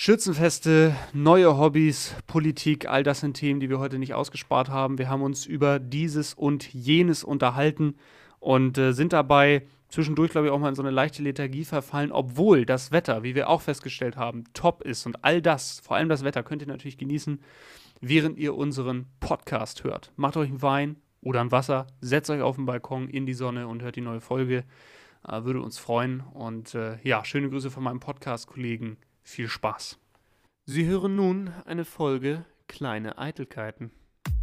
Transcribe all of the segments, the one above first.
Schützenfeste, neue Hobbys, Politik, all das sind Themen, die wir heute nicht ausgespart haben. Wir haben uns über dieses und jenes unterhalten und sind dabei zwischendurch, glaube ich, auch mal in so eine leichte Lethargie verfallen, obwohl das Wetter, wie wir auch festgestellt haben, top ist. Und all das, vor allem das Wetter, könnt ihr natürlich genießen, während ihr unseren Podcast hört. Macht euch einen Wein oder ein Wasser, setzt euch auf den Balkon in die Sonne und hört die neue Folge. Würde uns freuen. Und ja, schöne Grüße von meinem Podcast-Kollegen. Viel Spaß. Sie hören nun eine Folge Kleine Eitelkeiten.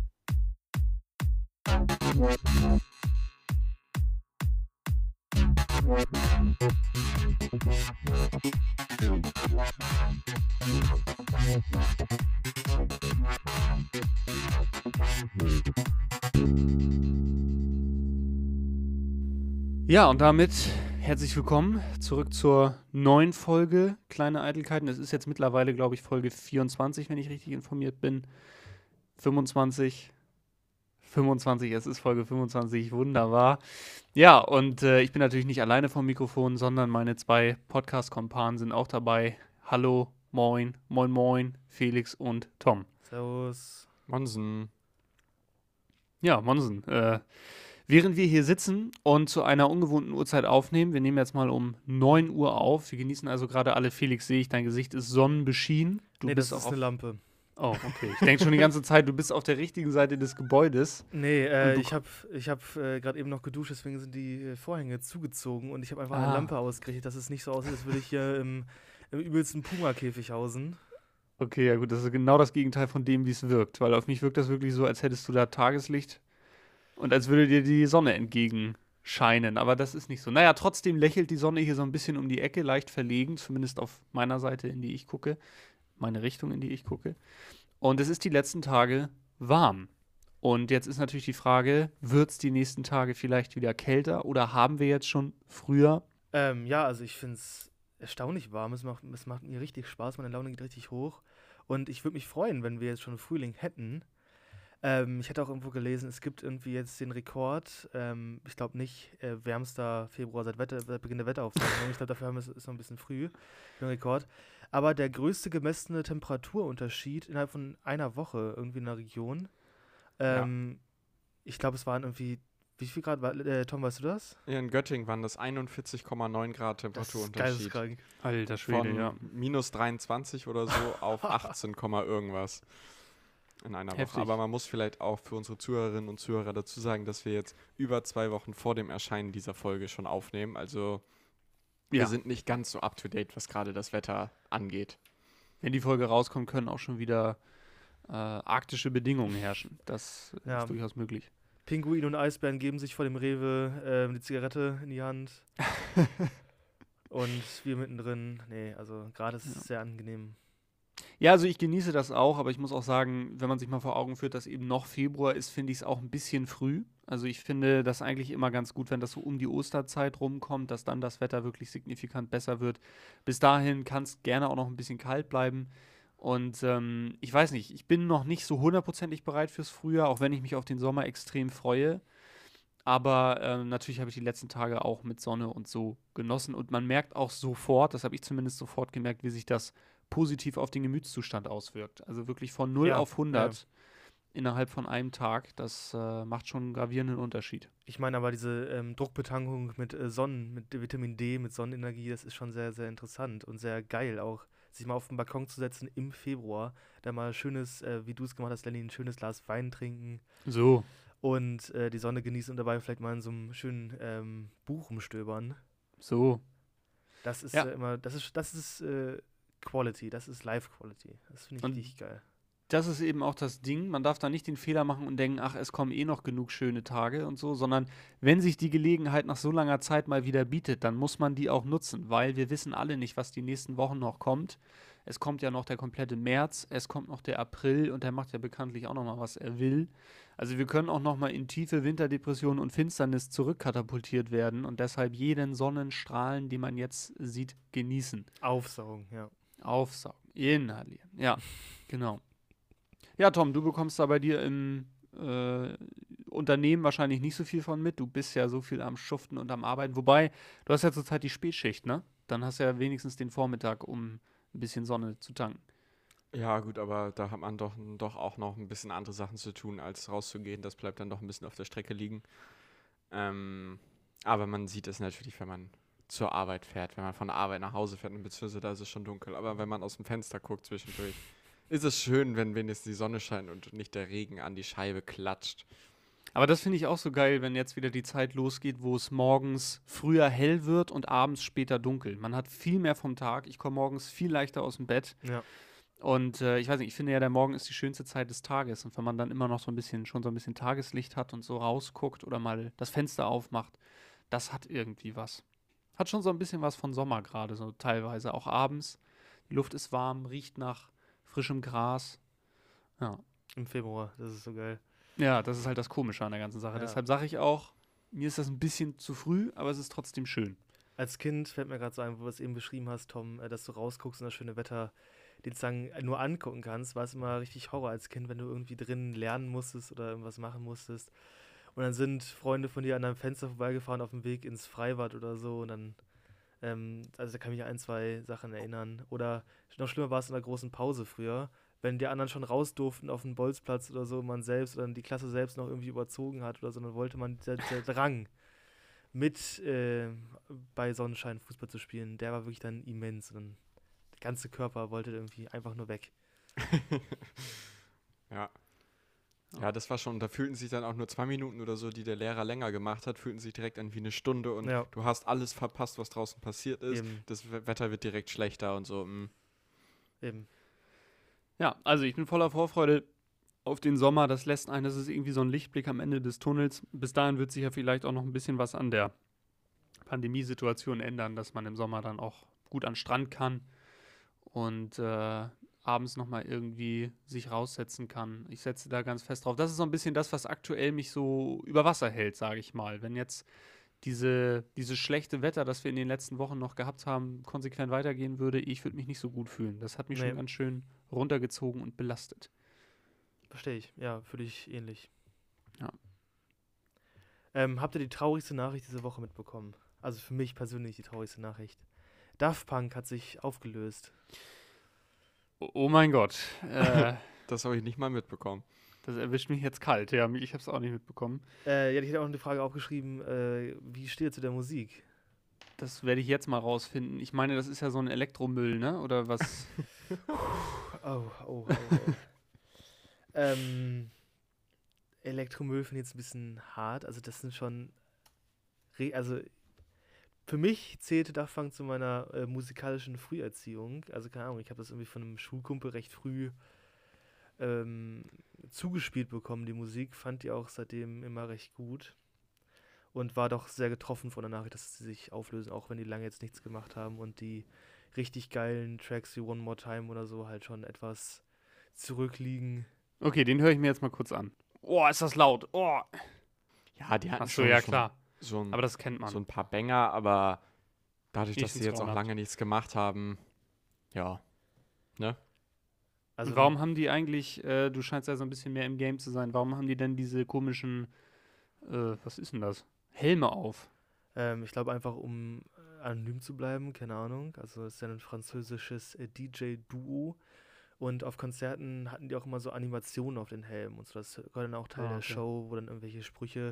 Ja, und damit herzlich willkommen zurück zur neuen Folge Kleine Eitelkeiten. Es ist jetzt mittlerweile, glaube ich, Folge 24, wenn ich richtig informiert bin. 25, es ist Folge 25, wunderbar. Ja, und ich bin natürlich nicht alleine vom Mikrofon, sondern meine zwei Podcast-Kompanen sind auch dabei. Hallo, moin, moin, moin, Felix und Tom. Servus. Monsen. Ja, Monsen, während wir hier sitzen und zu einer ungewohnten Uhrzeit aufnehmen, wir nehmen jetzt mal um 9 Uhr auf, wir genießen also gerade alle, Felix, sehe ich, dein Gesicht ist sonnenbeschienen. Nee, das ist eine Lampe. Oh, okay. Ich denke schon die ganze Zeit, du bist auf der richtigen Seite des Gebäudes. Nee, ich hab gerade eben noch geduscht, deswegen sind die Vorhänge zugezogen und ich habe einfach eine Lampe ausgerichtet, dass es nicht so aussieht, als würde ich hier im übelsten Puma-Käfig hausen. Okay, ja gut, das ist genau das Gegenteil von dem, wie es wirkt, weil auf mich wirkt das wirklich so, als hättest du da Tageslicht und als würde dir die Sonne entgegenscheinen, aber das ist nicht so. Naja, trotzdem lächelt die Sonne hier so ein bisschen um die Ecke, leicht verlegen, zumindest auf meiner Seite, in die ich gucke, meine Richtung, in die ich gucke. Und es ist die letzten Tage warm. Und jetzt ist natürlich die Frage, wird es die nächsten Tage vielleicht wieder kälter oder haben wir jetzt schon früher? Ja, also ich finde es erstaunlich warm. Es macht mir richtig Spaß, meine Laune geht richtig hoch. Und ich würde mich freuen, wenn wir jetzt schon Frühling hätten. Ich hatte auch irgendwo gelesen, es gibt irgendwie jetzt den Rekord, ich glaube nicht, wärmster Februar seit Beginn der Wetteraufzeichnung. Ich glaube, dafür ist noch ein bisschen früh, für den Rekord. Aber der größte gemessene Temperaturunterschied innerhalb von einer Woche irgendwie in der Region. Ich glaube, es waren irgendwie, wie viel Grad war, Tom, weißt du das? Ja, in Göttingen waren das 41,9 Grad Temperaturunterschied. Geisteskrank. Alter Schwede, Von ja. minus 23 oder so auf 18, irgendwas in einer Heftig. Woche. Aber man muss vielleicht auch für unsere Zuhörerinnen und Zuhörer dazu sagen, dass wir jetzt über 2 Wochen vor dem Erscheinen dieser Folge schon aufnehmen. Also wir sind nicht ganz so up-to-date, was gerade das Wetter angeht. Wenn die Folge rauskommt, können auch schon wieder arktische Bedingungen herrschen. Das ist durchaus möglich. Pinguin und Eisbären geben sich vor dem Rewe die Zigarette in die Hand. Und wir mittendrin. Nee, also gerade ist es sehr angenehm. Ja, also ich genieße das auch, aber ich muss auch sagen, wenn man sich mal vor Augen führt, dass eben noch Februar ist, finde ich es auch ein bisschen früh. Also ich finde das eigentlich immer ganz gut, wenn das so um die Osterzeit rumkommt, dass dann das Wetter wirklich signifikant besser wird. Bis dahin kann es gerne auch noch ein bisschen kalt bleiben. Und ich weiß nicht, ich bin noch nicht so hundertprozentig bereit fürs Frühjahr, auch wenn ich mich auf den Sommer extrem freue. Aber natürlich habe ich die letzten Tage auch mit Sonne und so genossen. Und man merkt auch sofort, das habe ich zumindest sofort gemerkt, wie sich das positiv auf den Gemütszustand auswirkt. Also wirklich von 0 auf 100 innerhalb von einem Tag. Das macht schon einen gravierenden Unterschied. Ich meine aber diese Druckbetankung mit mit Vitamin D, mit Sonnenenergie, das ist schon sehr, sehr interessant und sehr geil auch, sich mal auf den Balkon zu setzen im Februar, da mal schönes, wie du es gemacht hast, Lenny, ein schönes Glas Wein trinken. So. Und die Sonne genießen und dabei vielleicht mal in so einem schönen Buch rumstöbern. So. Das ist das ist Quality, das ist Life-Quality. Das finde ich richtig geil. Das ist eben auch das Ding. Man darf da nicht den Fehler machen und denken, ach, es kommen eh noch genug schöne Tage und so, sondern wenn sich die Gelegenheit nach so langer Zeit mal wieder bietet, dann muss man die auch nutzen, weil wir wissen alle nicht, was die nächsten Wochen noch kommt. Es kommt ja noch der komplette März, es kommt noch der April und der macht ja bekanntlich auch noch mal, was er will. Also wir können auch noch mal in tiefe Winterdepression und Finsternis zurückkatapultiert werden und deshalb jeden Sonnenstrahlen, den man jetzt sieht, genießen. Aufsaugen, ja. Aufsaugen, inhalieren, ja, genau. Ja, Tom, du bekommst da bei dir im Unternehmen wahrscheinlich nicht so viel von mit. Du bist ja so viel am Schuften und am Arbeiten. Wobei, du hast ja zurzeit die Spätschicht, ne? Dann hast du ja wenigstens den Vormittag, um ein bisschen Sonne zu tanken. Ja, gut, aber da hat man doch auch noch ein bisschen andere Sachen zu tun, als rauszugehen. Das bleibt dann doch ein bisschen auf der Strecke liegen. Aber man sieht es natürlich, wenn man zur Arbeit fährt, wenn man von der Arbeit nach Hause fährt, beziehungsweise da ist es schon dunkel. Aber wenn man aus dem Fenster guckt zwischendurch, ist es schön, wenn wenigstens die Sonne scheint und nicht der Regen an die Scheibe klatscht. Aber das finde ich auch so geil, wenn jetzt wieder die Zeit losgeht, wo es morgens früher hell wird und abends später dunkel. Man hat viel mehr vom Tag. Ich komme morgens viel leichter aus dem Bett. Ja. Und ich weiß nicht, ich finde ja, der Morgen ist die schönste Zeit des Tages. Und wenn man dann immer noch schon so ein bisschen Tageslicht hat und so rausguckt oder mal das Fenster aufmacht, das hat irgendwie was. Hat schon so ein bisschen was von Sommer gerade, so teilweise. Auch abends. Die Luft ist warm, riecht nach frischem Gras. Ja. Im Februar, das ist so geil. Ja, das ist halt das Komische an der ganzen Sache. Ja. Deshalb sage ich auch, mir ist das ein bisschen zu früh, aber es ist trotzdem schön. Als Kind fällt mir gerade so ein, wo du es eben beschrieben hast, Tom, dass du rausguckst und das schöne Wetter den Zang nur angucken kannst, war es immer richtig Horror als Kind, wenn du irgendwie drinnen lernen musstest oder irgendwas machen musstest. Und dann sind Freunde von dir an deinem Fenster vorbeigefahren auf dem Weg ins Freibad oder so. Und dann, also da kann ich mich an 1, 2 Sachen erinnern. Oder noch schlimmer war es in der großen Pause früher, wenn die anderen schon raus durften auf den Bolzplatz oder so, man selbst oder die Klasse selbst noch irgendwie überzogen hat oder so, dann wollte man, der Drang mit bei Sonnenschein Fußball zu spielen, der war wirklich dann immens. Und dann der ganze Körper wollte irgendwie einfach nur weg. Ja. Ja, das war schon, da fühlten sich dann auch nur 2 Minuten oder so, die der Lehrer länger gemacht hat, fühlten sich direkt an wie eine Stunde und Ja. du hast alles verpasst, was draußen passiert ist. Eben. Das Wetter wird direkt schlechter und so. Eben. Ja, also ich bin voller Vorfreude auf den Sommer. Das lässt einen, das ist irgendwie so ein Lichtblick am Ende des Tunnels. Bis dahin wird sich ja vielleicht auch noch ein bisschen was an der Pandemiesituation ändern, dass man im Sommer dann auch gut an den Strand kann und abends nochmal irgendwie sich raussetzen kann. Ich setze da ganz fest drauf. Das ist so ein bisschen das, was aktuell mich so über Wasser hält, sage ich mal. Wenn jetzt dieses schlechte Wetter, das wir in den letzten Wochen noch gehabt haben, konsequent weitergehen würde, ich würde mich nicht so gut fühlen. Das hat mich Nee. schon ganz schön runtergezogen und belastet. Verstehe ich. Ja, fühle ich ähnlich. Ja. Habt ihr die traurigste Nachricht diese Woche mitbekommen? Also für mich persönlich die traurigste Nachricht. Daft Punk hat sich aufgelöst. Oh mein Gott. Das habe ich nicht mal mitbekommen. Das erwischt mich jetzt kalt. Ja, ich habe es auch nicht mitbekommen. Ja, ich hätte auch eine Frage aufgeschrieben, wie steht ihr zu der Musik? Das werde ich jetzt mal rausfinden. Ich meine, das ist ja so ein Elektromüll, ne? Oder was? Oh. Elektromüll finde ich jetzt ein bisschen hart. Also das sind schon... Also für mich zählte Daft Punk zu meiner musikalischen Früherziehung. Also keine Ahnung, ich habe das irgendwie von einem Schulkumpel recht früh zugespielt bekommen, die Musik. Fand die auch seitdem immer recht gut. Und war doch sehr getroffen von der Nachricht, dass sie sich auflösen, auch wenn die lange jetzt nichts gemacht haben und die richtig geilen Tracks wie One More Time oder so halt schon etwas zurückliegen. Okay, den höre ich mir jetzt mal kurz an. Oh, ist das laut. Oh. Ja, die hatten Achso, schon, ja schon klar. so ein, Aber das kennt man. so ein paar Banger, aber dadurch, dass sie Nächstens jetzt auch 200. lange nichts gemacht haben, ja, ne? Also Und warum haben die eigentlich, du scheinst ja so ein bisschen mehr im Game zu sein, warum haben die denn diese komischen, was ist denn das? Helme auf? ich glaube einfach, um anonym zu bleiben, keine Ahnung. Also es ist ja ein französisches DJ-Duo. Und auf Konzerten hatten die auch immer so Animationen auf den Helmen und so. Das war dann auch Teil der Okay. Show, wo dann irgendwelche Sprüche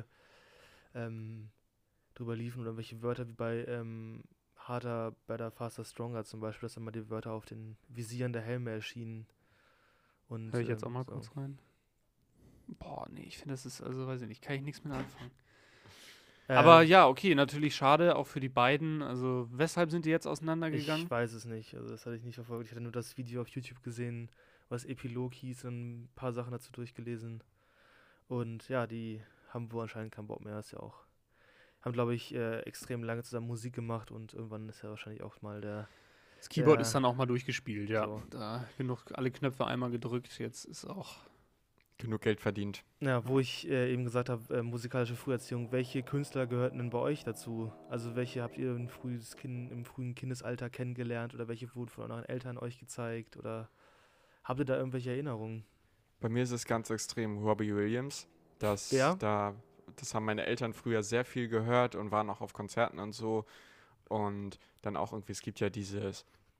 drüber liefen oder irgendwelche Wörter wie bei Harder, Better, Faster, Stronger zum Beispiel, dass dann mal die Wörter auf den Visieren der Helme erschienen. Und, Höre ich jetzt auch mal so. kurz rein. Boah, nee, ich finde, das ist, also weiß ich nicht, kann ich nichts mit anfangen. Aber ja, okay, natürlich schade, auch für die beiden. Also, weshalb sind die jetzt auseinandergegangen? Ich weiß es nicht. Also das hatte ich nicht verfolgt. Ich hatte nur das Video auf YouTube gesehen, was Epilog hieß und ein paar Sachen dazu durchgelesen. Und ja, die haben wohl anscheinend keinen Bock mehr. Ist ja auch. Haben, glaube ich, extrem lange zusammen Musik gemacht und irgendwann ist ja wahrscheinlich auch mal der. Das Keyboard Ja. ist dann auch mal durchgespielt, ja. So. Da genug alle Knöpfe einmal gedrückt, jetzt ist auch. Genug Geld verdient. Ja, wo ich eben gesagt habe, musikalische Früherziehung, welche Künstler gehörten denn bei euch dazu? Also welche habt ihr im frühen Kindesalter kennengelernt oder welche wurden von euren Eltern euch gezeigt? Oder habt ihr da irgendwelche Erinnerungen? Bei mir ist es ganz extrem Robbie Williams. Das haben meine Eltern früher sehr viel gehört und waren auch auf Konzerten und so. Und dann auch irgendwie, es gibt ja dieses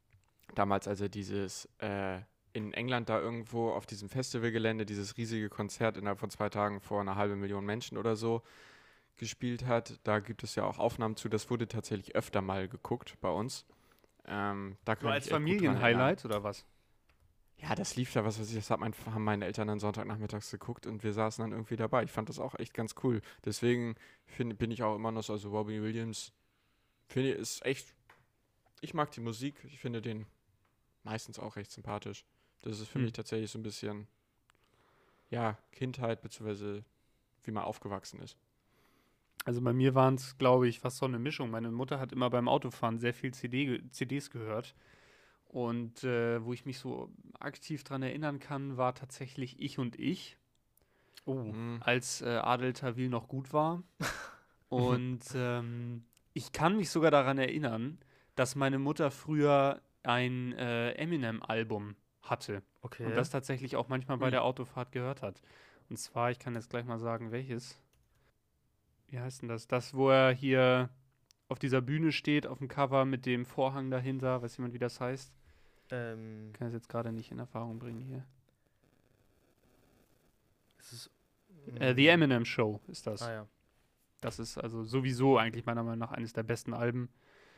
damals, als er dieses in England da irgendwo auf diesem Festivalgelände dieses riesige Konzert innerhalb von 2 Tagen vor 500.000 Menschen oder so gespielt hat. Da gibt es ja auch Aufnahmen zu. Das wurde tatsächlich öfter mal geguckt bei uns. Da So kann als ich echt gut dran erinnern. Familienhighlight oder was? Ja, das lief da, was weiß ich, das haben meine Eltern dann Sonntagnachmittags geguckt und wir saßen dann irgendwie dabei. Ich fand das auch echt ganz cool. Deswegen bin ich auch immer noch so, also Robbie Williams, finde ich, ist echt, ich mag die Musik, ich finde den meistens auch recht sympathisch. Das ist für mich tatsächlich so ein bisschen, ja, Kindheit, beziehungsweise wie man aufgewachsen ist. Also bei mir waren es, glaube ich, fast so eine Mischung. Meine Mutter hat immer beim Autofahren sehr viel CDs gehört. Und wo ich mich so aktiv dran erinnern kann, war tatsächlich Ich und Ich, Mhm. als Adel Tawil noch gut war. Und ich kann mich sogar daran erinnern, dass meine Mutter früher ein Eminem-Album hatte. Okay. Und das tatsächlich auch manchmal bei Ui. der Autofahrt gehört hat. Und zwar, ich kann jetzt gleich mal sagen, welches. Wie heißt denn das? Das, wo er hier auf dieser Bühne steht, auf dem Cover mit dem Vorhang dahinter. Weiß jemand, wie das heißt? Ähm, Ich kann es jetzt gerade nicht in Erfahrung bringen hier. es ist, The Eminem Show ist das. Ah ja. Das ist also sowieso eigentlich meiner Meinung nach eines der besten Alben.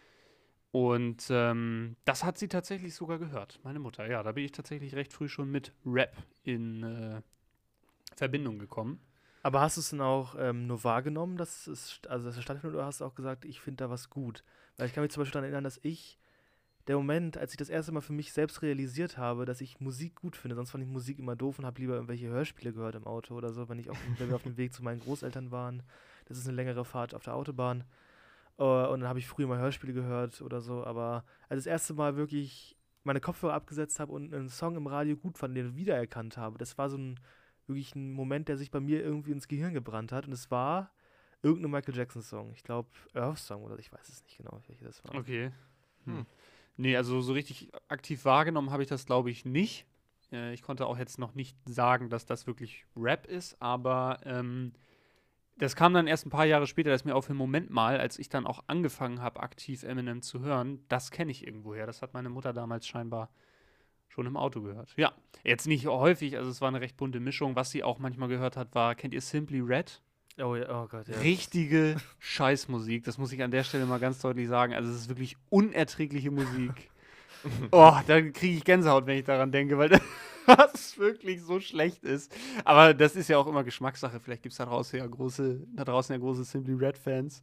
Und das hat sie tatsächlich sogar gehört, meine Mutter. Ja, da bin ich tatsächlich recht früh schon mit Rap in Verbindung gekommen. Aber hast du es denn auch nur wahrgenommen, dass es stattfindet, oder hast du auch gesagt, ich finde da was gut? Weil ich kann mich zum Beispiel daran erinnern, dass der Moment, als ich das erste Mal für mich selbst realisiert habe, dass ich Musik gut finde, sonst fand ich Musik immer doof und habe lieber irgendwelche Hörspiele gehört im Auto oder so, wenn wir auf dem Weg zu meinen Großeltern waren. Das ist eine längere Fahrt auf der Autobahn. Und dann habe ich früher mal Hörspiele gehört oder so, aber als ich das erste Mal wirklich meine Kopfhörer abgesetzt habe und einen Song im Radio gut fand, den ich wiedererkannt habe, das war wirklich ein Moment, der sich bei mir irgendwie ins Gehirn gebrannt hat. Und es war irgendein Michael Jackson-Song. Ich glaube, Earth Song oder ich weiß es nicht genau, welcher das war. Okay. Hm. Nee, also so richtig aktiv wahrgenommen habe ich das, glaube ich, nicht. Ich konnte auch jetzt noch nicht sagen, dass das wirklich Rap ist, aber das kam dann erst ein paar Jahre später, dass mir auf den Moment mal, als ich dann auch angefangen habe, aktiv Eminem zu hören, das kenne ich irgendwoher. Das hat meine Mutter damals scheinbar schon im Auto gehört. Ja, jetzt nicht häufig, also es war eine recht bunte Mischung. Was sie auch manchmal gehört hat, war, kennt ihr Simply Red? Oh, ja, oh Gott, ja. Richtige Scheißmusik, das muss ich an der Stelle mal ganz deutlich sagen. Also es ist wirklich unerträgliche Musik. Oh, da kriege ich Gänsehaut, wenn ich daran denke, weil das wirklich so schlecht ist. Aber das ist ja auch immer Geschmackssache. Vielleicht gibt es da draußen ja große Simply Red-Fans.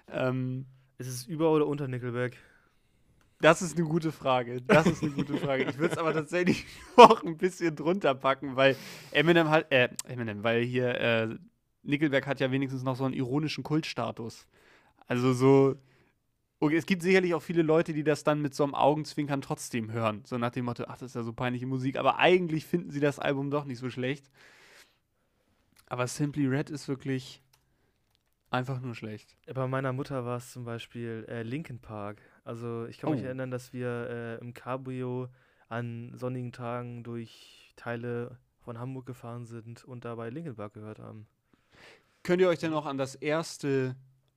Ist es über oder unter Nickelback? Das ist eine gute Frage. Ich würde es aber tatsächlich noch ein bisschen drunter packen, weil weil hier Nickelback hat ja wenigstens noch so einen ironischen Kultstatus. Also so, okay, es gibt sicherlich auch viele Leute, die das dann mit so einem Augenzwinkern trotzdem hören. So nach dem Motto, ach, das ist ja so peinliche Musik. Aber eigentlich finden sie das Album doch nicht so schlecht. Aber Simply Red ist wirklich einfach nur schlecht. Bei meiner Mutter war es zum Beispiel Linkin Park. Also ich kann mich Oh. erinnern, dass wir im Cabrio an sonnigen Tagen durch Teile von Hamburg gefahren sind und dabei Linkin Park gehört haben. Könnt ihr euch denn noch an das erste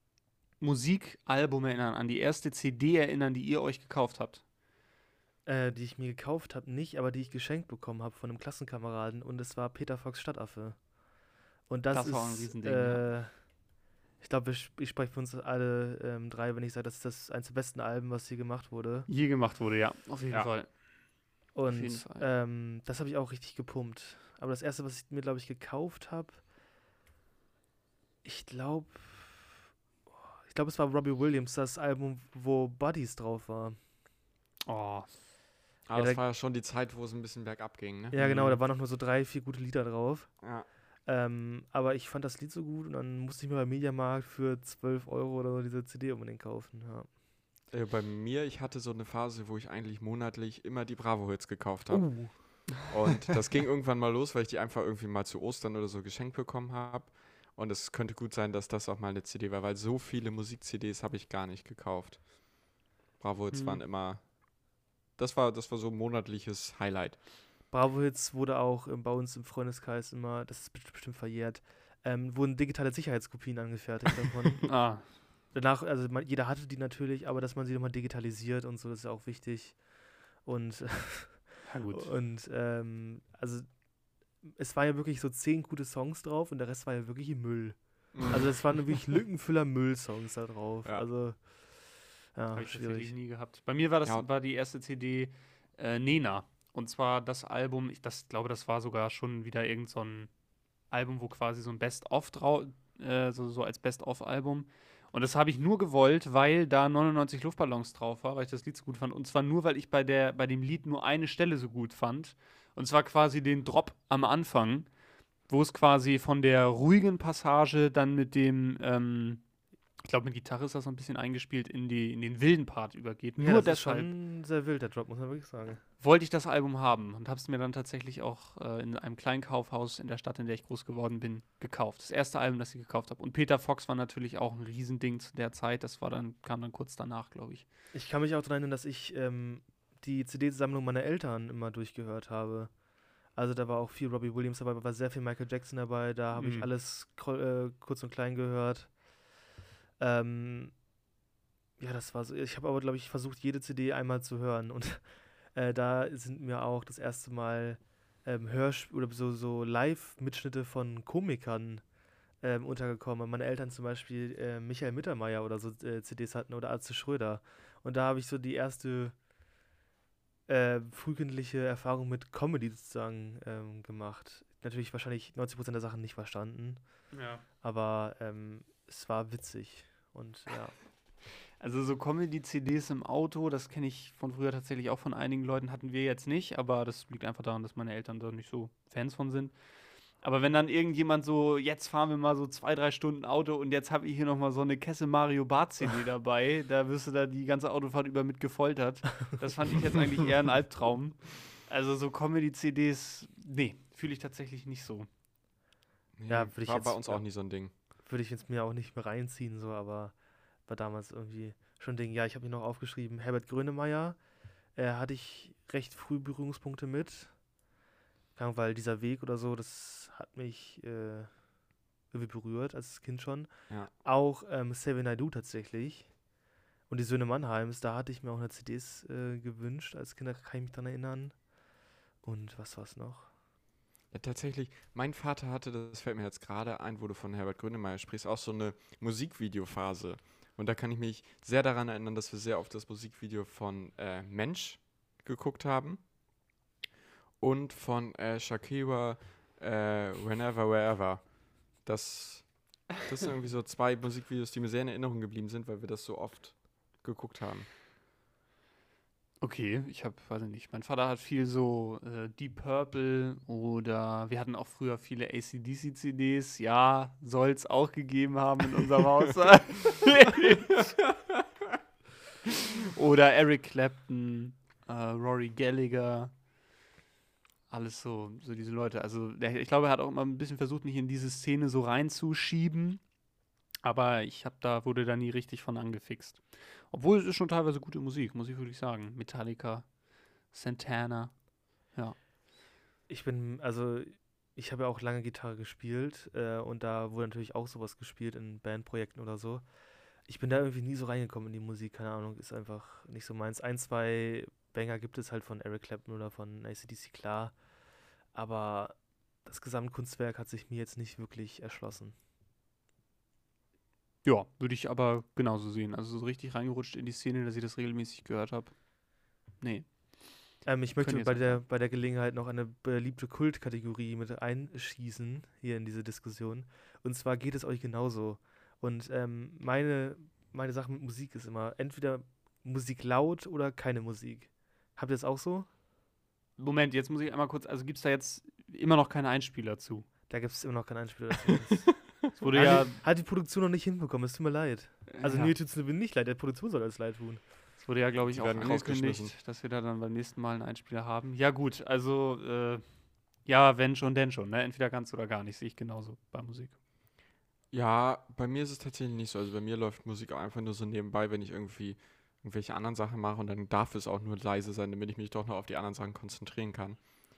Musikalbum erinnern, an die erste CD erinnern, die ihr euch gekauft habt? Die ich mir gekauft habe, nicht, aber die ich geschenkt bekommen habe von einem Klassenkameraden, und es war Peter Fox Stadtaffe. Und das Das war ein ist, Riesending, ja. ich glaube, ich spreche für uns alle drei, wenn ich sage, das ist eines der besten Alben, was hier gemacht wurde. Je gemacht wurde, ja. Auf jeden Ja. Fall. Und jeden Fall. das habe ich auch richtig gepumpt. Aber das erste, was ich mir, glaube ich, gekauft habe, ich glaube, es war Robbie Williams, das Album, wo Buddies drauf war. Oh. Aber Ja, das da- war ja schon die Zeit, wo es ein bisschen bergab ging, ne? Ja, genau, Mhm. da waren noch nur so 3, 4 gute Lieder drauf. Ja. Aber ich fand das Lied so gut und dann musste ich mir beim Mediamarkt für 12 Euro oder so diese CD unbedingt kaufen. Ja. Bei mir, ich hatte so eine Phase, wo ich eigentlich monatlich immer die Bravo-Hits gekauft habe. Und das ging irgendwann mal los, weil ich die einfach irgendwie mal zu Ostern oder so geschenkt bekommen habe. Und es könnte gut sein, dass das auch mal eine CD war, weil so viele Musik-CDs habe ich gar nicht gekauft. Bravo-Hits waren immer, das war so ein monatliches Highlight. Bravo Hits wurde auch bei uns im Freundeskreis immer, das ist bestimmt verjährt, wurden digitale Sicherheitskopien angefertigt davon. Ah. Danach, also jeder hatte die natürlich, aber dass man sie nochmal digitalisiert und so, das ist ja auch wichtig. Und, Ja, gut. also es waren ja wirklich so 10 gute Songs drauf und der Rest war ja wirklich Müll. Also es waren wirklich Lückenfüller Müll-Songs da drauf. Ja. Also, ja, Habe ich tatsächlich schwierig. nie gehabt. Bei mir war Ja. war die erste CD Nena. Und zwar das Album, ich glaube, das war sogar schon wieder irgend so ein Album, wo quasi so ein Best-of so als Best-of-Album. Und das habe ich nur gewollt, weil da 99 Luftballons drauf war, weil ich das Lied so gut fand. Und zwar nur, weil ich bei dem Lied nur eine Stelle so gut fand. Und zwar quasi den Drop am Anfang, wo es quasi von der ruhigen Passage dann mit dem, ich glaube, mit Gitarre ist das so ein bisschen eingespielt, in den wilden Part übergeht. Ja, Nur das ist deshalb schon sehr wild, der Drop, muss man wirklich sagen. wollte ich das Album haben und habe es mir dann tatsächlich auch in einem kleinen Kaufhaus in der Stadt, in der ich groß geworden bin, gekauft. Das erste Album, das ich gekauft habe. Und Peter Fox war natürlich auch ein Riesending zu der Zeit. Kam dann kurz danach, glaube ich. Ich kann mich auch daran erinnern, dass ich die CD-Sammlung meiner Eltern immer durchgehört habe. Also da war auch viel Robbie Williams dabei, war sehr viel Michael Jackson dabei. Da habe ich alles kurz und klein gehört. Ja, das war so. Ich habe aber, glaube ich, versucht, jede CD einmal zu hören. Und da sind mir auch das erste Mal oder so Live-Mitschnitte von Komikern untergekommen. Meine Eltern zum Beispiel Michael Mittermeier oder so CDs hatten oder Atze Schröder. Und da habe ich so die erste frühkindliche Erfahrung mit Comedy sozusagen gemacht. Natürlich wahrscheinlich 90% der Sachen nicht verstanden, Ja. aber es war witzig. Und ja. Also so Comedy-CDs im Auto, das kenne ich von früher tatsächlich auch von einigen Leuten, hatten wir jetzt nicht, aber das liegt einfach daran, dass meine Eltern da nicht so Fans von sind. Aber wenn dann irgendjemand so, jetzt fahren wir mal so 2, 3 Stunden Auto und jetzt habe ich hier nochmal so eine Kesse Mario Bart CD dabei, da wirst du da die ganze Autofahrt über mit gefoltert. Das fand ich jetzt eigentlich eher ein Albtraum. Also so Comedy-CDs, nee, fühle ich tatsächlich nicht so. Nee, Ja, würde ich war jetzt- bei uns ja. auch nie so ein Ding. Würde ich jetzt mir auch nicht mehr reinziehen, so, aber war damals irgendwie schon ein Ding. Ja, ich habe hier noch aufgeschrieben, Herbert Grönemeyer, hatte ich recht früh Berührungspunkte mit. Keine Ahnung, weil dieser Weg oder so, das hat mich irgendwie berührt, als Kind schon. Ja. Auch Xavier Naidoo tatsächlich. Und die Söhne Mannheims, da hatte ich mir auch eine CDs gewünscht. Als Kind, da kann ich mich dran erinnern. Und was war's noch? Ja, tatsächlich, mein Vater hatte, das fällt mir jetzt gerade ein, wo du von Herbert Grönemeyer sprichst, auch so eine Musikvideophase. Und da kann ich mich sehr daran erinnern, dass wir sehr oft das Musikvideo von Mensch geguckt haben und von Shakira Whenever, Wherever. Das sind irgendwie so 2 Musikvideos, die mir sehr in Erinnerung geblieben sind, weil wir das so oft geguckt haben. Okay, weiß ich nicht, mein Vater hat viel so Deep Purple oder wir hatten auch früher viele AC/DC-CDs. Ja, soll es auch gegeben haben in unserem Haushalt. Oder Eric Clapton, Rory Gallagher, alles so diese Leute. Also ich glaube, er hat auch immer ein bisschen versucht, mich in diese Szene so reinzuschieben. Aber wurde da nie richtig von angefixt. Obwohl es ist schon teilweise gute Musik, muss ich wirklich sagen. Metallica, Santana, ja. Ich habe ja auch lange Gitarre gespielt und da wurde natürlich auch sowas gespielt in Bandprojekten oder so. Ich bin da irgendwie nie so reingekommen in die Musik, keine Ahnung, ist einfach nicht so meins. 1, 2 Banger gibt es halt von Eric Clapton oder von AC/DC, klar. Aber das Gesamtkunstwerk hat sich mir jetzt nicht wirklich erschlossen. Ja, würde ich aber genauso sehen. Also so richtig reingerutscht in die Szene, dass ich das regelmäßig gehört habe. Nee. Ich möchte jetzt bei der Gelegenheit noch eine beliebte Kultkategorie mit einschießen hier in diese Diskussion. Und zwar geht es euch genauso. Und meine Sache mit Musik ist immer entweder Musik laut oder keine Musik. Habt ihr das auch so? Moment, jetzt muss ich einmal kurz, also gibt es da jetzt immer noch keine Einspieler zu? Da gibt es immer noch keinen Einspieler dazu. Es wurde ja, Hat die Produktion noch nicht hinbekommen, es tut mir leid. Also ja, mir tut es nicht leid, der Produktion soll alles leid tun. es wurde ja, glaube ich, Die auch werden angekündigt, rausgeschmissen. dass wir da dann beim nächsten Mal einen Einspieler haben. Ja gut, also ja, wenn schon, denn schon. Ne? Entweder ganz oder gar nicht, sehe ich genauso bei Musik. Ja, bei mir ist es tatsächlich nicht so. Also bei mir läuft Musik auch einfach nur so nebenbei, wenn ich irgendwie irgendwelche anderen Sachen mache und dann darf es auch nur leise sein, damit ich mich doch noch auf die anderen Sachen konzentrieren kann.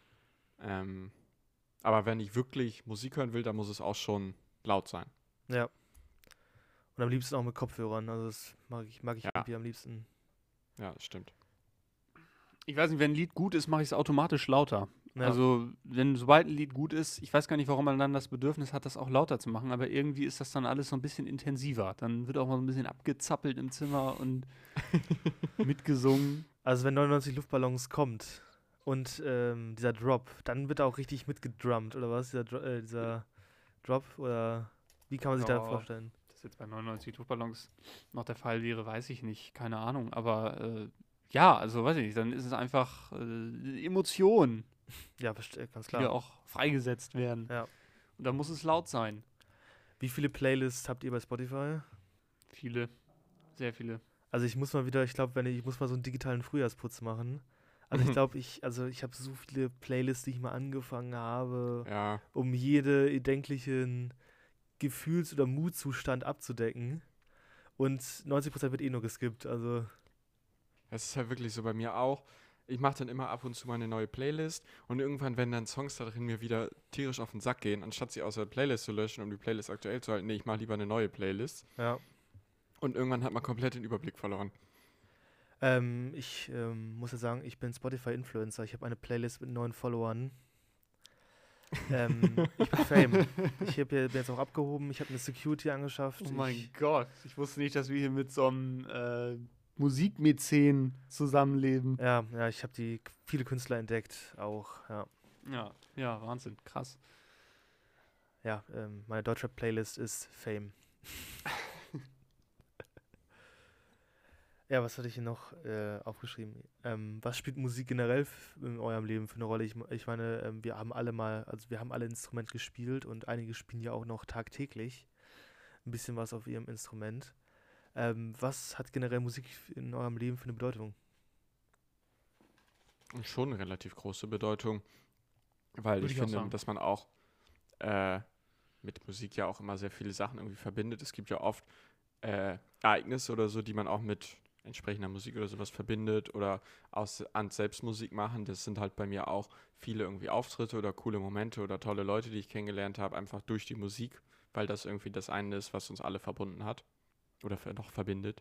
Aber wenn ich wirklich Musik hören will, dann muss es auch schon laut sein. Ja. Und am liebsten auch mit Kopfhörern. Also das mag ich Ja. irgendwie am liebsten. Ja, das stimmt. Ich weiß nicht, wenn ein Lied gut ist, mache ich es automatisch lauter. Ja. Also, sobald ein Lied gut ist, ich weiß gar nicht, warum man dann das Bedürfnis hat, das auch lauter zu machen, aber irgendwie ist das dann alles so ein bisschen intensiver. Dann wird auch mal so ein bisschen abgezappelt im Zimmer und mitgesungen. Also wenn 99 Luftballons kommt und dieser Drop, dann wird auch richtig mitgedrummt, oder was? Dieser Drop, oder wie kann man sich da Ja. vorstellen? Das jetzt bei 99 Luftballons noch der Fall wäre, weiß ich nicht, keine Ahnung. Aber ja, also weiß ich nicht, dann ist es einfach Emotionen, Ja, ganz die klar. da auch freigesetzt werden. Ja. Und da muss es laut sein. Wie viele Playlists habt ihr bei Spotify? Viele, sehr viele. Also ich muss mal wieder, ich glaube, ich muss mal so einen digitalen Frühjahrsputz machen. Also ich glaube, ich habe so viele Playlists, die ich mal angefangen habe, Ja, um jede erdenklichen Gefühls- oder Mutzustand abzudecken. Und 90% wird eh nur geskippt, also es ist halt wirklich so bei mir auch. Ich mache dann immer ab und zu mal eine neue Playlist und irgendwann, wenn dann Songs da drin mir wieder tierisch auf den Sack gehen, anstatt sie aus der Playlist zu löschen, um die Playlist aktuell zu halten, nee, ich mache lieber eine neue Playlist. ja. Und irgendwann hat man komplett den Überblick verloren. Ich muss ja sagen, ich bin Spotify-Influencer. Ich habe eine Playlist mit 9 Followern. Ich bin Fame. Bin jetzt auch abgehoben. Ich habe eine Security angeschafft. Oh mein Gott, ich wusste nicht, dass wir hier mit so einem Musikmäzen zusammenleben. Ja, ich habe viele Künstler entdeckt, auch, ja. Ja, Wahnsinn, krass. Ja, meine Deutschrap-Playlist ist Fame. Ja, was hatte ich hier noch aufgeschrieben? Was spielt Musik generell in eurem Leben für eine Rolle? Ich meine, wir haben alle Instrument gespielt und einige spielen ja auch noch tagtäglich ein bisschen was auf ihrem Instrument. Was hat generell Musik in eurem Leben für eine Bedeutung? Und schon eine relativ große Bedeutung, weil Würde ich ich auch finde, sagen. dass man auch mit Musik ja auch immer sehr viele Sachen irgendwie verbindet. Es gibt ja oft Ereignisse oder so, die man auch mit entsprechender Musik oder sowas verbindet oder an Selbstmusik machen. Das sind halt bei mir auch viele irgendwie Auftritte oder coole Momente oder tolle Leute, die ich kennengelernt habe, einfach durch die Musik, weil das irgendwie das eine ist, was uns alle verbunden hat oder noch verbindet.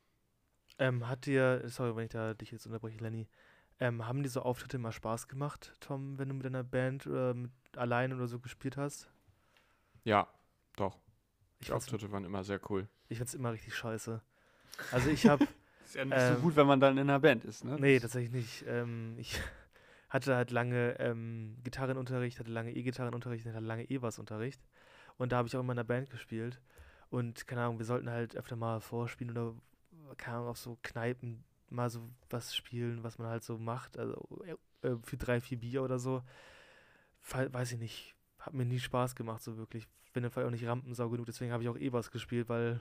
Sorry, wenn ich dich jetzt unterbreche, Lenny, haben diese Auftritte immer Spaß gemacht, Tom, wenn du mit deiner Band oder allein oder so gespielt hast? Ja, doch. Ich Die fand's, Auftritte waren immer sehr cool. ich fand's immer richtig scheiße. Also ich habe Ist ja nicht so gut, wenn man dann in einer Band ist, ne? Nee, tatsächlich nicht. Ich hatte halt lange Gitarrenunterricht, hatte lange E-Gitarrenunterricht, hatte lange E-Bass-Unterricht. Und da habe ich auch in meiner Band gespielt. Und keine Ahnung, wir sollten halt öfter mal vorspielen oder, keine Ahnung, auf so Kneipen mal so was spielen, was man halt so macht. Also für 3, 4 Bier oder so. Weiß ich nicht. Hat mir nie Spaß gemacht, so wirklich. Bin einfach auch nicht Rampensau genug, deswegen habe ich auch E-Bass gespielt, weil,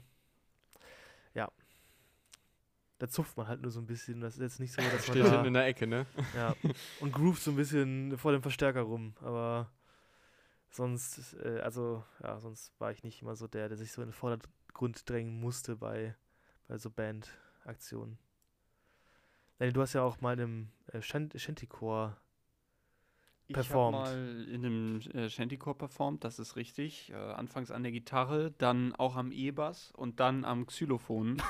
ja, da zupft man halt nur so ein bisschen. Das ist jetzt nicht so, dass man Steht da hinten in der Ecke, ne? ja, und groovt so ein bisschen vor dem Verstärker rum, aber sonst, sonst war ich nicht immer so der sich so in den Vordergrund drängen musste bei so Bandaktionen. Lenny, du hast ja auch mal in einem Shantycore performt. Ich habe mal in einem Shantycore performt, das ist richtig. Anfangs an der Gitarre, dann auch am E-Bass und dann am Xylophon.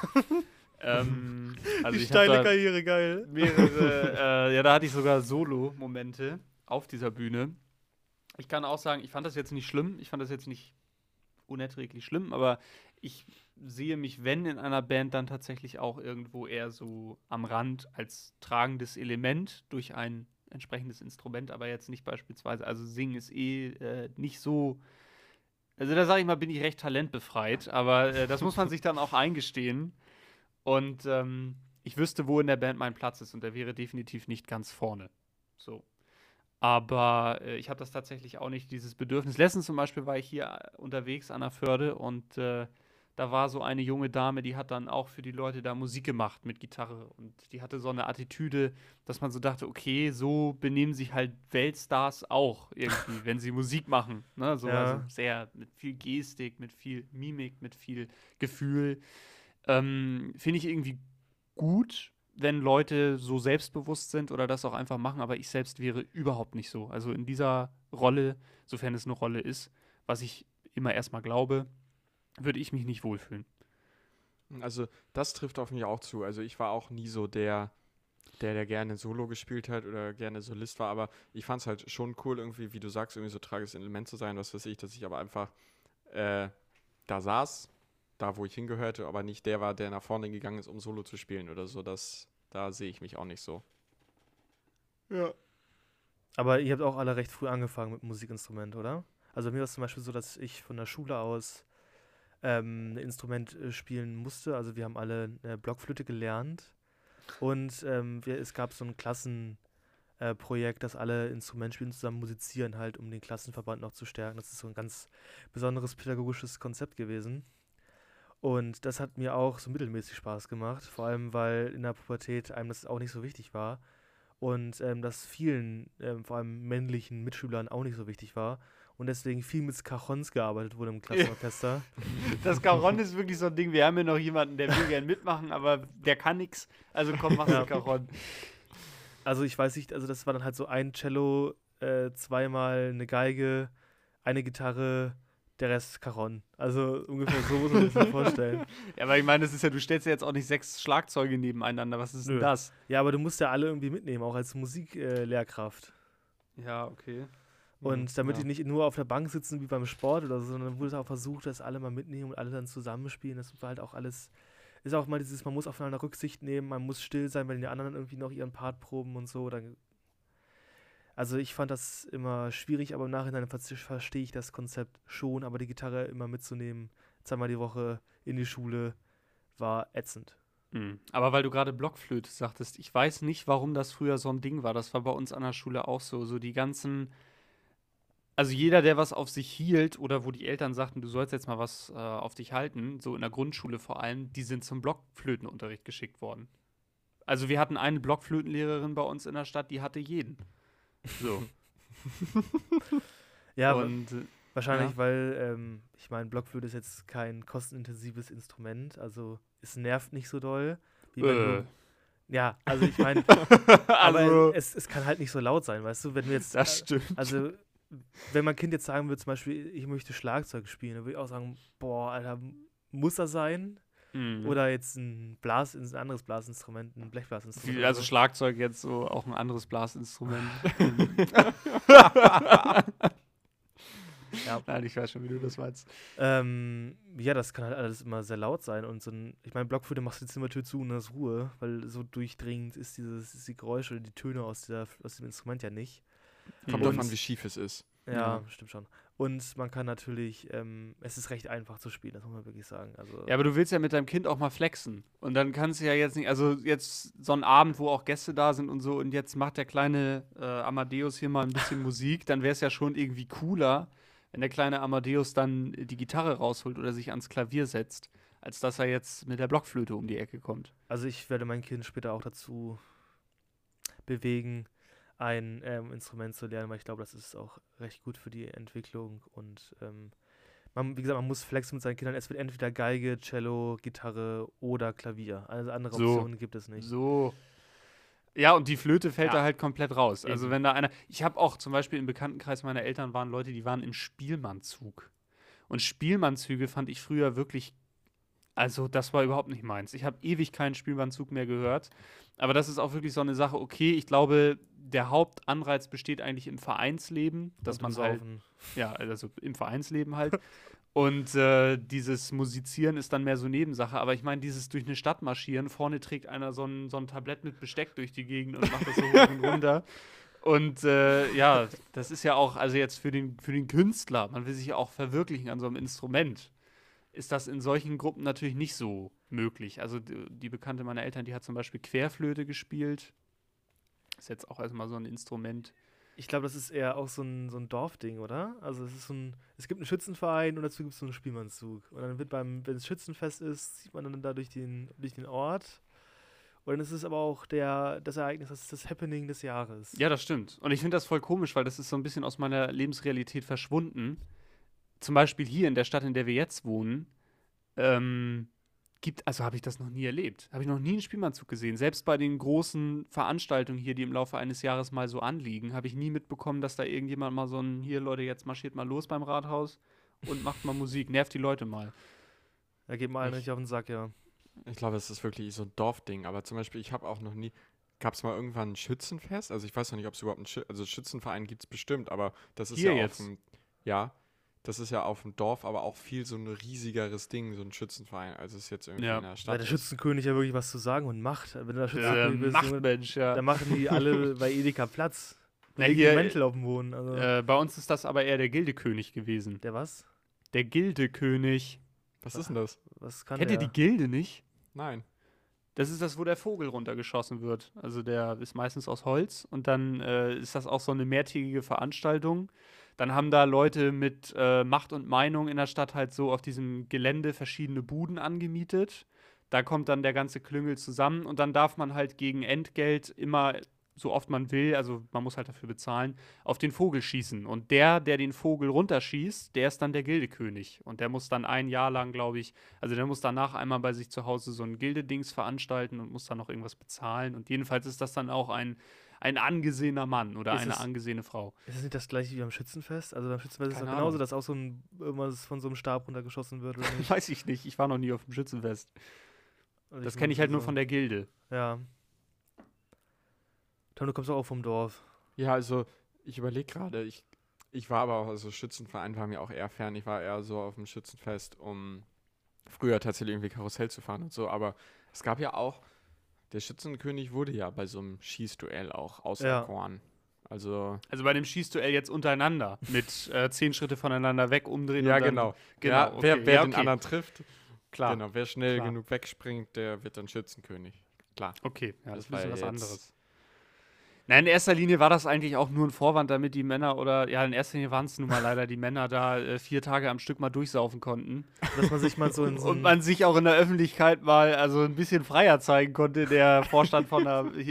Also Die ich habe steile da Karriere, geil. mehrere, ja, da hatte ich sogar Solo-Momente auf dieser Bühne. Ich kann auch sagen, ich fand das jetzt nicht schlimm, ich fand das jetzt nicht unerträglich schlimm, aber ich sehe mich, wenn in einer Band, dann tatsächlich auch irgendwo eher so am Rand als tragendes Element durch ein entsprechendes Instrument, aber jetzt nicht beispielsweise, also Singen ist nicht so, also da sage ich mal, bin ich recht talentbefreit, aber das muss man sich dann auch eingestehen und ich wüsste, wo in der Band mein Platz ist und der wäre definitiv nicht ganz vorne. So. Aber ich habe das tatsächlich auch nicht, dieses Bedürfnis. Letztens zum Beispiel war ich hier unterwegs an der Förde und da war so eine junge Dame, die hat dann auch für die Leute da Musik gemacht mit Gitarre. Und die hatte so eine Attitüde, dass man so dachte, okay, so benehmen sich halt Weltstars auch irgendwie, wenn sie Musik machen. Ne? So, Ja. also sehr mit viel Gestik, mit viel Mimik, mit viel Gefühl. Finde ich irgendwie gut, wenn Leute so selbstbewusst sind oder das auch einfach machen, aber ich selbst wäre überhaupt nicht so. Also in dieser Rolle, sofern es eine Rolle ist, was ich immer erstmal glaube, würde ich mich nicht wohlfühlen. Also das trifft auf mich auch zu. Also ich war auch nie so der der gerne Solo gespielt hat oder gerne Solist war, aber ich fand es halt schon cool, irgendwie, wie du sagst, irgendwie so tragisches Element zu sein, was weiß ich, dass ich aber einfach da saß, da wo ich hingehörte, aber nicht der war, der nach vorne gegangen ist, um Solo zu spielen oder so, da sehe ich mich auch nicht so. Ja. Aber ihr habt auch alle recht früh angefangen mit Musikinstrument, oder? Also bei mir war es zum Beispiel so, dass ich von der Schule aus ein Instrument spielen musste. Also wir haben alle Blockflöte gelernt und es gab so ein Klassenprojekt, dass alle Instrument spielen, zusammen musizieren, halt, um den Klassenverband noch zu stärken. Das ist so ein ganz besonderes pädagogisches Konzept gewesen. Und das hat mir auch so mittelmäßig Spaß gemacht, vor allem weil in der Pubertät einem das auch nicht so wichtig war und das vielen, vor allem männlichen Mitschülern auch nicht so wichtig war und deswegen viel mit Cajons gearbeitet wurde im Klassenorchester. Das Cajon ist wirklich so ein Ding, wir haben hier noch jemanden, der will gern mitmachen, aber der kann nix, also komm, mach das Cajon. Also ich weiß nicht, also das war dann halt so ein Cello, zweimal eine Geige, eine Gitarre, der Rest Cajon. Also ungefähr so muss man sich das vorstellen. Ja, aber ich meine, das ist ja, du stellst ja jetzt auch nicht 6 Schlagzeuge nebeneinander, was ist denn Nö. das? Ja, aber du musst ja alle irgendwie mitnehmen, auch als Musiklehrkraft. Ja, okay. Und damit ja. die nicht nur auf der Bank sitzen wie beim Sport oder so, sondern wurde auch versucht, dass alle mal mitnehmen und alle dann zusammenspielen. Das war halt auch alles, ist auch mal dieses, man muss aufeinander Rücksicht nehmen, man muss still sein, wenn die anderen irgendwie noch ihren Part proben und so. Also ich fand das immer schwierig, aber im Nachhinein verstehe ich das Konzept schon, aber die Gitarre immer mitzunehmen, zweimal die Woche in die Schule, war ätzend. Aber weil du gerade Blockflöte sagtest, ich weiß nicht, warum das früher so ein Ding war. Das war bei uns an der Schule auch so. So die ganzen, also jeder, der was auf sich hielt oder wo die Eltern sagten, du sollst jetzt mal was auf dich halten, so in der Grundschule vor allem, die sind zum Blockflötenunterricht geschickt worden. Also wir hatten eine Blockflötenlehrerin bei uns in der Stadt, die hatte jeden. So. Ja, Und wahrscheinlich, ja. weil, ich meine, Blockflöte ist jetzt kein kostenintensives Instrument, also es nervt nicht so doll, wie wenn du. Ja, also ich meine, aber Also, es kann halt nicht so laut sein, weißt du, wenn du jetzt. das stimmt. Also, wenn mein Kind jetzt sagen würde, zum Beispiel, ich möchte Schlagzeug spielen, dann würde ich auch sagen, boah, Alter, muss das sein? Oder jetzt ein anderes Blasinstrument, ein Blechblasinstrument. oder Also so. Schlagzeug jetzt so auch ein anderes Blasinstrument. Ja. Nein, ich weiß schon, wie du das meinst. Ja, das kann halt alles immer sehr laut sein und ich meine, Blockflöte machst du die Zimmertür zu und dann ist Ruhe, weil so durchdringend ist die Geräusche oder die Töne aus dem Instrument ja nicht. Kommt Und- drauf an, wie schief es ist. Ja, stimmt schon. Und man kann natürlich, es ist recht einfach zu spielen, das muss man wirklich sagen. Also, Ja, aber du willst ja mit deinem Kind auch mal flexen. Und dann kannst du ja jetzt nicht, also jetzt so ein Abend, wo auch Gäste da sind und so, und jetzt macht der kleine Amadeus hier mal ein bisschen Musik, dann wäre es ja schon irgendwie cooler, wenn der kleine Amadeus dann die Gitarre rausholt oder sich ans Klavier setzt, als dass er jetzt mit der Blockflöte um die Ecke kommt. also ich werde mein Kind später auch dazu bewegen, ein Instrument zu lernen, weil ich glaube, das ist auch recht gut für die Entwicklung und wie gesagt, man muss flexen mit seinen Kindern. Es wird entweder Geige, Cello, Gitarre oder Klavier. Also andere So. Optionen gibt es nicht. So. Ja, und die Flöte fällt Ja. da halt komplett raus. Also Eben. wenn da einer, ich habe auch zum Beispiel im Bekanntenkreis meiner Eltern waren Leute, die waren im Spielmannzug. Und Spielmannzüge fand ich früher wirklich, also das war überhaupt nicht meins. Ich habe ewig keinen Spielmannzug mehr gehört. Aber das ist auch wirklich so eine Sache, okay, ich glaube, der Hauptanreiz besteht eigentlich im Vereinsleben, dass Und man im halt, Saufen. ja, also im Vereinsleben halt. Und dieses Musizieren ist dann mehr so Nebensache. Aber ich meine, dieses durch eine Stadt marschieren, vorne trägt einer so ein Tablett mit Besteck durch die Gegend und macht das so hoch und runter. Und ja, das ist ja auch, also jetzt für den Künstler, man will sich ja auch verwirklichen an so einem Instrument, ist das in solchen Gruppen natürlich nicht so möglich. Also die Bekannte meiner Eltern, die hat zum Beispiel Querflöte gespielt. Ist jetzt auch erstmal so ein Instrument. Ich glaube, das ist eher auch so ein Dorfding, oder? Also es gibt einen Schützenverein und dazu gibt es so einen Spielmannszug. Und dann wird wenn es Schützenfest ist, zieht man dann da durch den Ort. Und dann ist es aber auch das Ereignis, das ist das Happening des Jahres. Ja, das stimmt. Und ich finde das voll komisch, weil das ist so ein bisschen aus meiner Lebensrealität verschwunden. Zum Beispiel hier in der Stadt, in der wir jetzt wohnen, also habe ich das noch nie erlebt. Habe ich noch nie einen Spielmannzug gesehen. Selbst bei den großen Veranstaltungen hier, die im Laufe eines Jahres mal so anliegen, habe ich nie mitbekommen, dass da irgendjemand mal so hier, Leute, jetzt marschiert mal los beim Rathaus und macht mal Musik, nervt die Leute mal. Da geht mal allen richtig auf den Sack, ja. Ich glaube, es ist wirklich so ein Dorfding, aber zum Beispiel, ich habe auch noch nie, gab es mal irgendwann ein Schützenfest? Also ich weiß noch nicht, ob es überhaupt also Schützenverein gibt es bestimmt, aber das ist Hier ja jetzt. Ja, das ist ja auf dem Dorf, aber auch viel so ein riesigeres Ding, so ein Schützenverein, als es jetzt irgendwie Ja. in der Weil Stadt der ist. Schützenkönig ja wirklich was zu sagen und Macht. Wenn du der Schützenkönig bist, Junge, Machtmensch, ja. dann machen die alle bei Edeka Platz. Na, Legen hier, die Mäntel auf den Boden. Also, Bei uns ist das aber eher der Gildekönig gewesen. der was? Der Gildekönig. Was ist denn das? Was kann Kennt ihr der? die Gilde nicht? Nein. Das ist das, wo der Vogel runtergeschossen wird. Also der ist meistens aus Holz und dann ist das auch so eine mehrtägige Veranstaltung. Dann haben da Leute mit Macht und Meinung in der Stadt halt so auf diesem Gelände verschiedene Buden angemietet. Da kommt dann der ganze Klüngel zusammen und dann darf man halt gegen Entgelt immer, so oft man will, also man muss halt dafür bezahlen, auf den Vogel schießen. Und der den Vogel runterschießt, der ist dann der Gildekönig. Und der muss dann ein Jahr lang, glaube ich, also der muss danach einmal bei sich zu Hause so ein Gildedings veranstalten und muss dann noch irgendwas bezahlen. Und jedenfalls ist das dann auch ein angesehener Mann oder Ist eine es- angesehene Frau. Ist das nicht das gleiche wie am Schützenfest? Also beim Schützenfest ist es Keine doch genauso, Ahnung. dass auch so irgendwas von so einem Stab runtergeschossen wird. Oder nicht? Weiß ich nicht, ich war noch nie auf dem Schützenfest. Also Das kenne ich halt nur so- von der Gilde. Ja. Tom, du kommst auch vom Dorf. Ja, also ich überlege gerade, ich war aber auch, also Schützenverein war mir auch eher fern. Ich war eher so auf dem Schützenfest, um früher tatsächlich irgendwie Karussell zu fahren und so, aber es gab ja auch, der Schützenkönig wurde ja bei so einem Schießduell auch auserkoren. Also, Also bei dem Schießduell jetzt untereinander mit 10 Schritte voneinander weg, umdrehen ja, und dann, genau. genau, Ja, wer okay, wer ja, den okay. anderen trifft, Klar, genau, wer schnell klar. genug wegspringt, der wird dann Schützenkönig. Klar. okay, ja, das Das ist ein bisschen war was jetzt- anderes. Nein, in erster Linie war das eigentlich auch nur ein Vorwand, damit die Männer ja, in erster Linie waren es nun mal leider die Männer da 4 Tage am Stück mal durchsaufen konnten. Dass man sich mal so in so Und ein, man sich auch in der Öffentlichkeit mal also ein bisschen freier zeigen konnte, der Vorstand von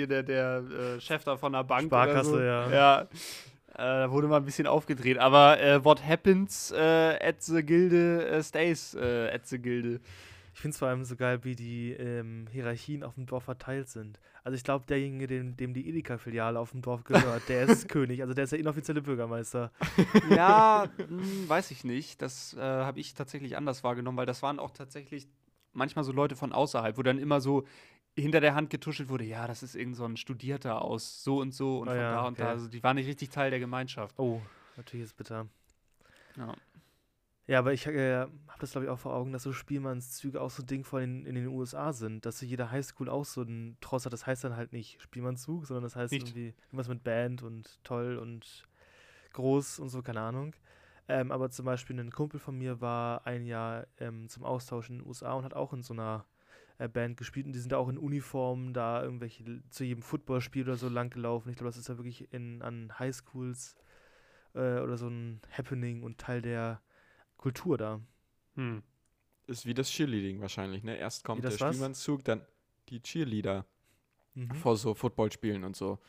der Chef da von der Bank Sparkasse, oder so. ja. Da wurde mal ein bisschen aufgedreht. Aber what happens at the Gilde stays at the Gilde. Ich finde es vor allem so geil, wie die Hierarchien auf dem Dorf verteilt sind. Also ich glaube, derjenige, dem die Edeka-Filiale auf dem Dorf gehört, der ist König. Also der ist der inoffizielle Bürgermeister. Ja, weiß ich nicht. Das habe ich tatsächlich anders wahrgenommen, weil das waren auch tatsächlich manchmal so Leute von außerhalb, wo dann immer so hinter der Hand getuschelt wurde, ja, das ist irgend so ein Studierter aus so und so und Ah von ja, da und da. okay. Also die waren nicht richtig Teil der Gemeinschaft. Oh, natürlich ist es bitter. Ja. Ja, aber ich habe das, glaube ich, auch vor Augen, dass so Spielmannszüge auch so ein Ding in den USA sind. Dass so jede Highschool auch so einen Tross hat. Das heißt dann halt nicht Spielmannszug, sondern das heißt Nicht. irgendwie irgendwas mit Band und toll und groß und so, keine Ahnung. Aber zum Beispiel ein Kumpel von mir war ein Jahr zum Austausch in den USA und hat auch in so einer Band gespielt. Und die sind da auch in Uniform da zu jedem Footballspiel oder so lang gelaufen. Ich glaube, das ist ja wirklich an Highschools oder so ein Happening und Teil der Kultur da. Hm. Ist wie das Cheerleading wahrscheinlich, ne? Erst kommt das der was? Spielmannszug, dann die Cheerleader Mhm. vor so Footballspielen und so.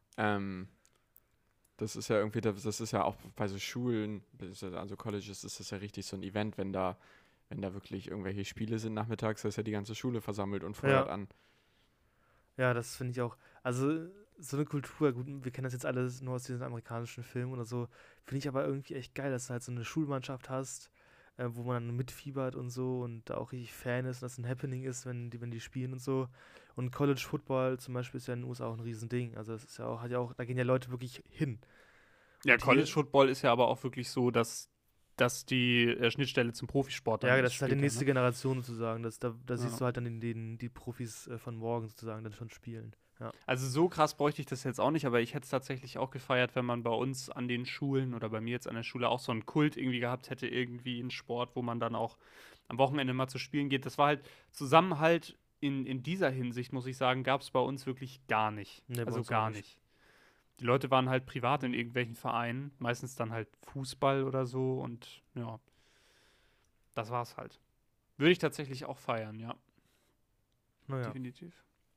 Das ist ja irgendwie, das ist ja auch bei so Schulen, also Colleges, ist das ja richtig so ein Event, wenn da wirklich irgendwelche Spiele sind nachmittags, da ist ja die ganze Schule versammelt und feuert Ja. an. Ja, das finde ich auch. Also, so eine Kultur, gut, wir kennen das jetzt alles nur aus diesen amerikanischen Filmen oder so, finde ich aber irgendwie echt geil, dass du halt so eine Schulmannschaft hast, wo man dann mitfiebert und so und da auch richtig Fan ist und das ein Happening ist, wenn die spielen und so. Und College Football zum Beispiel ist ja in den USA auch ein Riesending. Also, das ist ja auch, da gehen ja Leute wirklich hin. Ja, Und College hier- Football ist ja aber auch wirklich so, dass die Schnittstelle zum Profisport dann Ja, ist das ist halt die später, nächste ne? Generation sozusagen. Da Ja. siehst du halt dann die Profis von morgen sozusagen dann schon spielen. Ja. Also so krass bräuchte ich das jetzt auch nicht, aber ich hätte es tatsächlich auch gefeiert, wenn man bei uns an den Schulen oder bei mir jetzt an der Schule auch so einen Kult irgendwie gehabt hätte, irgendwie in Sport, wo man dann auch am Wochenende mal zu spielen geht. Das war halt Zusammenhalt in dieser Hinsicht, muss ich sagen, gab es bei uns wirklich gar nicht. Nee, bei Also uns auch gar nicht. nicht. Die Leute waren halt privat in irgendwelchen Vereinen, meistens dann halt Fußball oder so und ja, das war's halt. Würde ich tatsächlich auch feiern, ja, Naja. definitiv.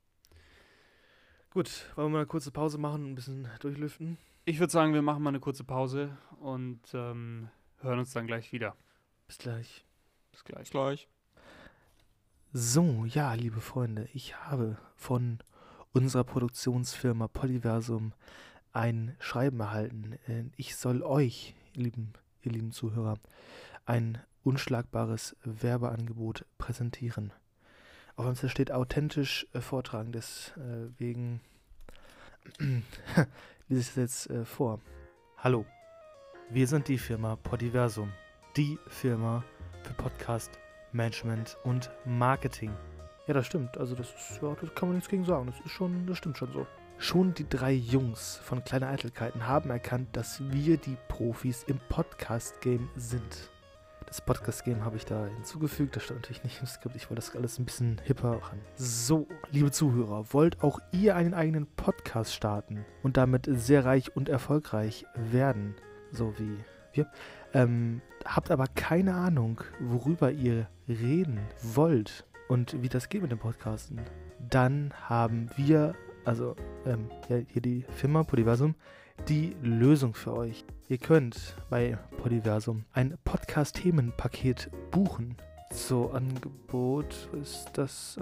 Gut, wollen wir mal eine kurze Pause machen und ein bisschen durchlüften? Ich würde sagen, wir machen mal eine kurze Pause und hören uns dann gleich wieder. Bis gleich. Bis gleich. Bis gleich. So, ja, liebe Freunde, ich habe von unserer Produktionsfirma Polyversum ein Schreiben erhalten. Ich soll euch, ihr lieben Zuhörer, ein unschlagbares Werbeangebot präsentieren. Auf uns steht authentisch vortragen, deswegen lese ich das jetzt vor. Hallo, wir sind die Firma Podiversum, die Firma für Podcast, Management und Marketing. Ja, das stimmt. Also das kann man nichts gegen sagen. Das stimmt schon so. Schon die 3 Jungs von Kleine Eitelkeiten haben erkannt, dass wir die Profis im Podcast-Game sind. Das Podcast-Game habe ich da hinzugefügt. Das stand natürlich nicht im Skript. Ich wollte das alles ein bisschen hipper machen. So, liebe Zuhörer, wollt auch ihr einen eigenen Podcast starten und damit sehr reich und erfolgreich werden, so wie wir, habt aber keine Ahnung, worüber ihr reden wollt und wie das geht mit dem Podcasten, dann haben wir, also hier die Firma Podiversum, die Lösung für euch. Ihr könnt bei Podiversum ein Podcast-Themenpaket buchen. So, Angebot ist das,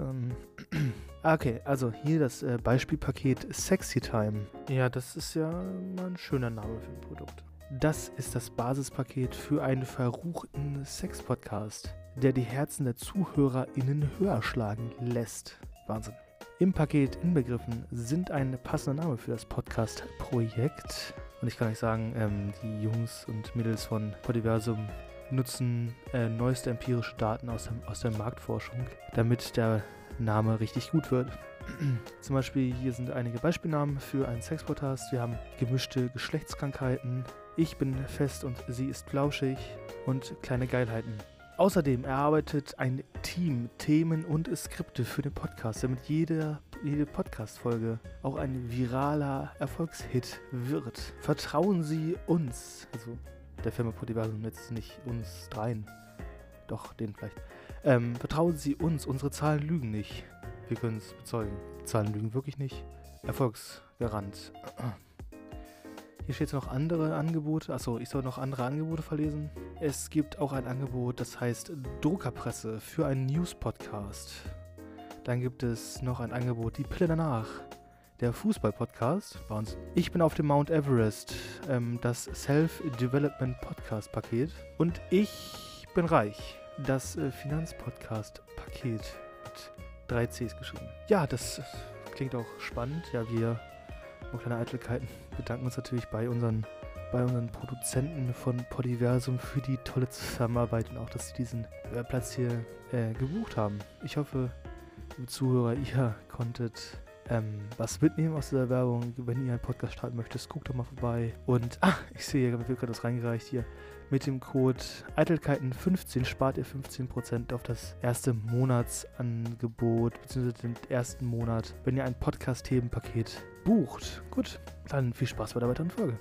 okay, also hier das Beispielpaket Sexy Time. Ja, das ist ja mal ein schöner Name für ein Produkt. Das ist das Basispaket für einen verruchten Sex-Podcast, der die Herzen der ZuhörerInnen höher schlagen lässt. Wahnsinn. Im Paket inbegriffen sind ein passender Name für das Podcast-Projekt. Und ich kann euch sagen, die Jungs und Mädels von Podiversum nutzen neueste empirische Daten aus der Marktforschung, damit der Name richtig gut wird. Zum Beispiel hier sind einige Beispielnamen für einen Sex-Podcast. Wir haben gemischte Geschlechtskrankheiten, ich bin fest und sie ist flauschig und kleine Geilheiten. Außerdem erarbeitet ein Team Themen und Skripte für den Podcast, damit jede Podcast-Folge auch ein viraler Erfolgshit wird. Vertrauen Sie uns, also der Firma Podiversum, jetzt nicht uns dreien, doch denen vielleicht. Vertrauen Sie uns, unsere Zahlen lügen nicht. Wir können es bezeugen. Zahlen lügen wirklich nicht. Erfolgsgarant. Hier steht noch andere Angebote. Achso, ich soll noch andere Angebote verlesen. Es gibt auch ein Angebot, das heißt Druckerpresse für einen News-Podcast. Dann gibt es noch ein Angebot, die Pille danach. Der Fußball-Podcast. Wahnsinn. Ich bin auf dem Mount Everest. Das Self-Development-Podcast-Paket. Und ich bin reich. Das Finanzpodcast-Paket. Mit 3 Cs geschrieben. Ja, das klingt auch spannend. Ja, wir Kleine Eitelkeiten bedanken uns natürlich bei unseren Produzenten von Podiversum für die tolle Zusammenarbeit und auch, dass sie diesen Platz hier gebucht haben. Ich hoffe, liebe Zuhörer, ihr konntet was mitnehmen aus dieser Werbung. Wenn ihr einen Podcast starten möchtet, guckt doch mal vorbei. Und, ich sehe, hier wird gerade was reingereicht hier. Mit dem Code Eitelkeiten15 spart ihr 15% auf das erste Monatsangebot, beziehungsweise den ersten Monat, wenn ihr ein Podcast-Themenpaket bucht. Gut, dann viel Spaß bei der weiteren Folge.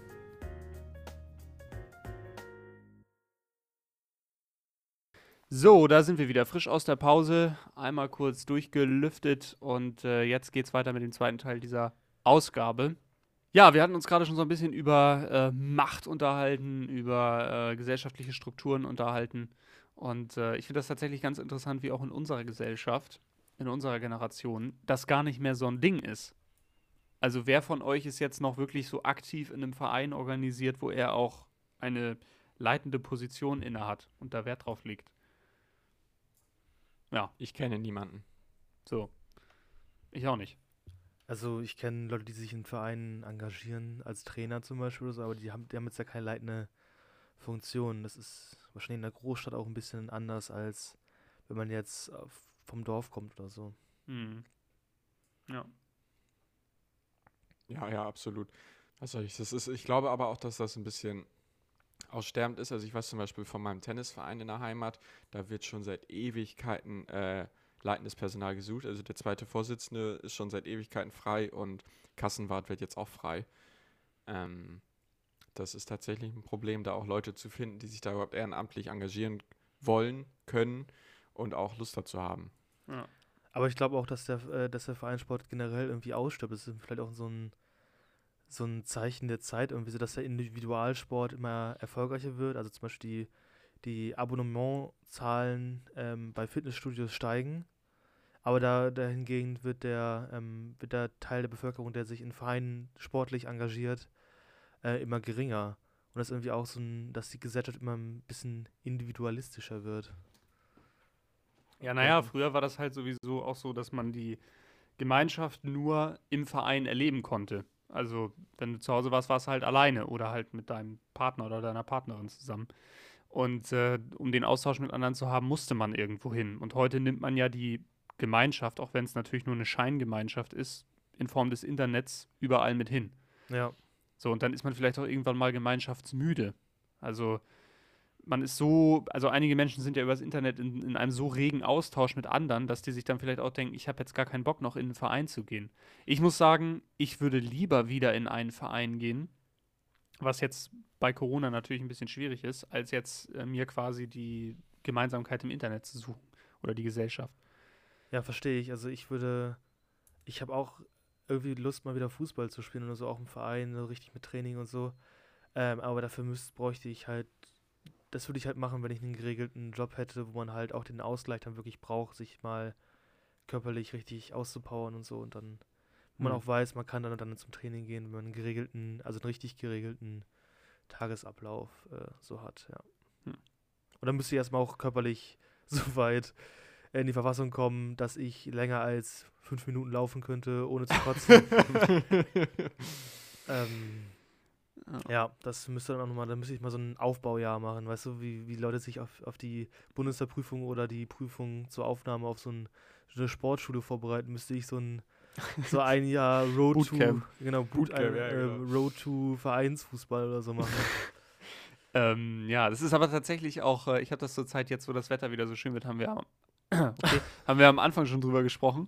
So, da sind wir wieder frisch aus der Pause, einmal kurz durchgelüftet und jetzt geht's weiter mit dem zweiten Teil dieser Ausgabe. Ja, wir hatten uns gerade schon so ein bisschen über Macht unterhalten, über gesellschaftliche Strukturen unterhalten und ich finde das tatsächlich ganz interessant, wie auch in unserer Gesellschaft, in unserer Generation, das gar nicht mehr so ein Ding ist. Also wer von euch ist jetzt noch wirklich so aktiv in einem Verein organisiert, wo er auch eine leitende Position innehat und da Wert drauf legt? Ja, Ich kenne niemanden. so. Ich auch nicht. Also ich kenne Leute, die sich in Vereinen engagieren, als Trainer zum Beispiel oder so, aber die haben jetzt ja keine leitende Funktion. Das ist wahrscheinlich in der Großstadt auch ein bisschen anders, als wenn man jetzt vom Dorf kommt oder so. Mhm. Ja. Ja, absolut. Also ich glaube aber auch, dass das ein bisschen aussterbend ist. Also ich weiß zum Beispiel von meinem Tennisverein in der Heimat, da wird schon seit Ewigkeiten leitendes Personal gesucht. Also der zweite Vorsitzende ist schon seit Ewigkeiten frei und Kassenwart wird jetzt auch frei. Das ist tatsächlich ein Problem, da auch Leute zu finden, die sich da überhaupt ehrenamtlich engagieren wollen, können und auch Lust dazu haben. Ja. Aber ich glaube auch, dass der Vereinssport generell irgendwie ausstirbt. Es ist vielleicht auch so ein Zeichen der Zeit, irgendwie so, dass der Individualsport immer erfolgreicher wird. Also zum Beispiel die Abonnementzahlen bei Fitnessstudios steigen. Aber dahingegen wird der Teil der Bevölkerung, der sich in Vereinen sportlich engagiert, immer geringer. Und das ist irgendwie auch dass die Gesellschaft immer ein bisschen individualistischer wird. Ja, naja, früher war das halt sowieso auch so, dass man die Gemeinschaft nur im Verein erleben konnte. Also, wenn du zu Hause warst, warst du halt alleine oder halt mit deinem Partner oder deiner Partnerin zusammen. Und um den Austausch mit anderen zu haben, musste man irgendwo hin. Und heute nimmt man ja die Gemeinschaft, auch wenn es natürlich nur eine Scheingemeinschaft ist, in Form des Internets überall mit hin. Ja. So, und dann ist man vielleicht auch irgendwann mal gemeinschaftsmüde. Also, man ist so, also einige Menschen sind ja übers Internet in einem so regen Austausch mit anderen, dass die sich dann vielleicht auch denken, ich habe jetzt gar keinen Bock noch in einen Verein zu gehen. Ich muss sagen, ich würde lieber wieder in einen Verein gehen, was jetzt bei Corona natürlich ein bisschen schwierig ist, als jetzt mir quasi die Gemeinsamkeit im Internet zu suchen oder die Gesellschaft. Ja, verstehe ich. Also ich habe auch irgendwie Lust, mal wieder Fußball zu spielen oder so, auch im Verein, so richtig mit Training und so. Aber dafür bräuchte ich halt, das würde ich halt machen, wenn ich einen geregelten Job hätte, wo man halt auch den Ausgleich dann wirklich braucht, sich mal körperlich richtig auszupowern und so und dann, wo man Hm. auch weiß, man kann dann zum Training gehen, wenn man einen geregelten, also einen richtig geregelten Tagesablauf so hat, ja. Hm. Und dann müsste ich erstmal auch körperlich so weit in die Verfassung kommen, dass ich länger als 5 Minuten laufen könnte, ohne zu kotzen. Ja, das müsste dann auch nochmal, da müsste ich mal so ein Aufbaujahr machen, weißt du, wie Leute sich auf die Bundeswehrprüfung oder die Prüfung zur Aufnahme auf so eine Sportschule vorbereiten, müsste ich so ein Jahr Road to, Bootcamp. genau, Bootcamp, ja, genau. Road to Vereinsfußball oder so machen. Ja, das ist aber tatsächlich auch, ich habe das zur Zeit jetzt, wo das Wetter wieder so schön wird, haben wir am Anfang schon drüber gesprochen.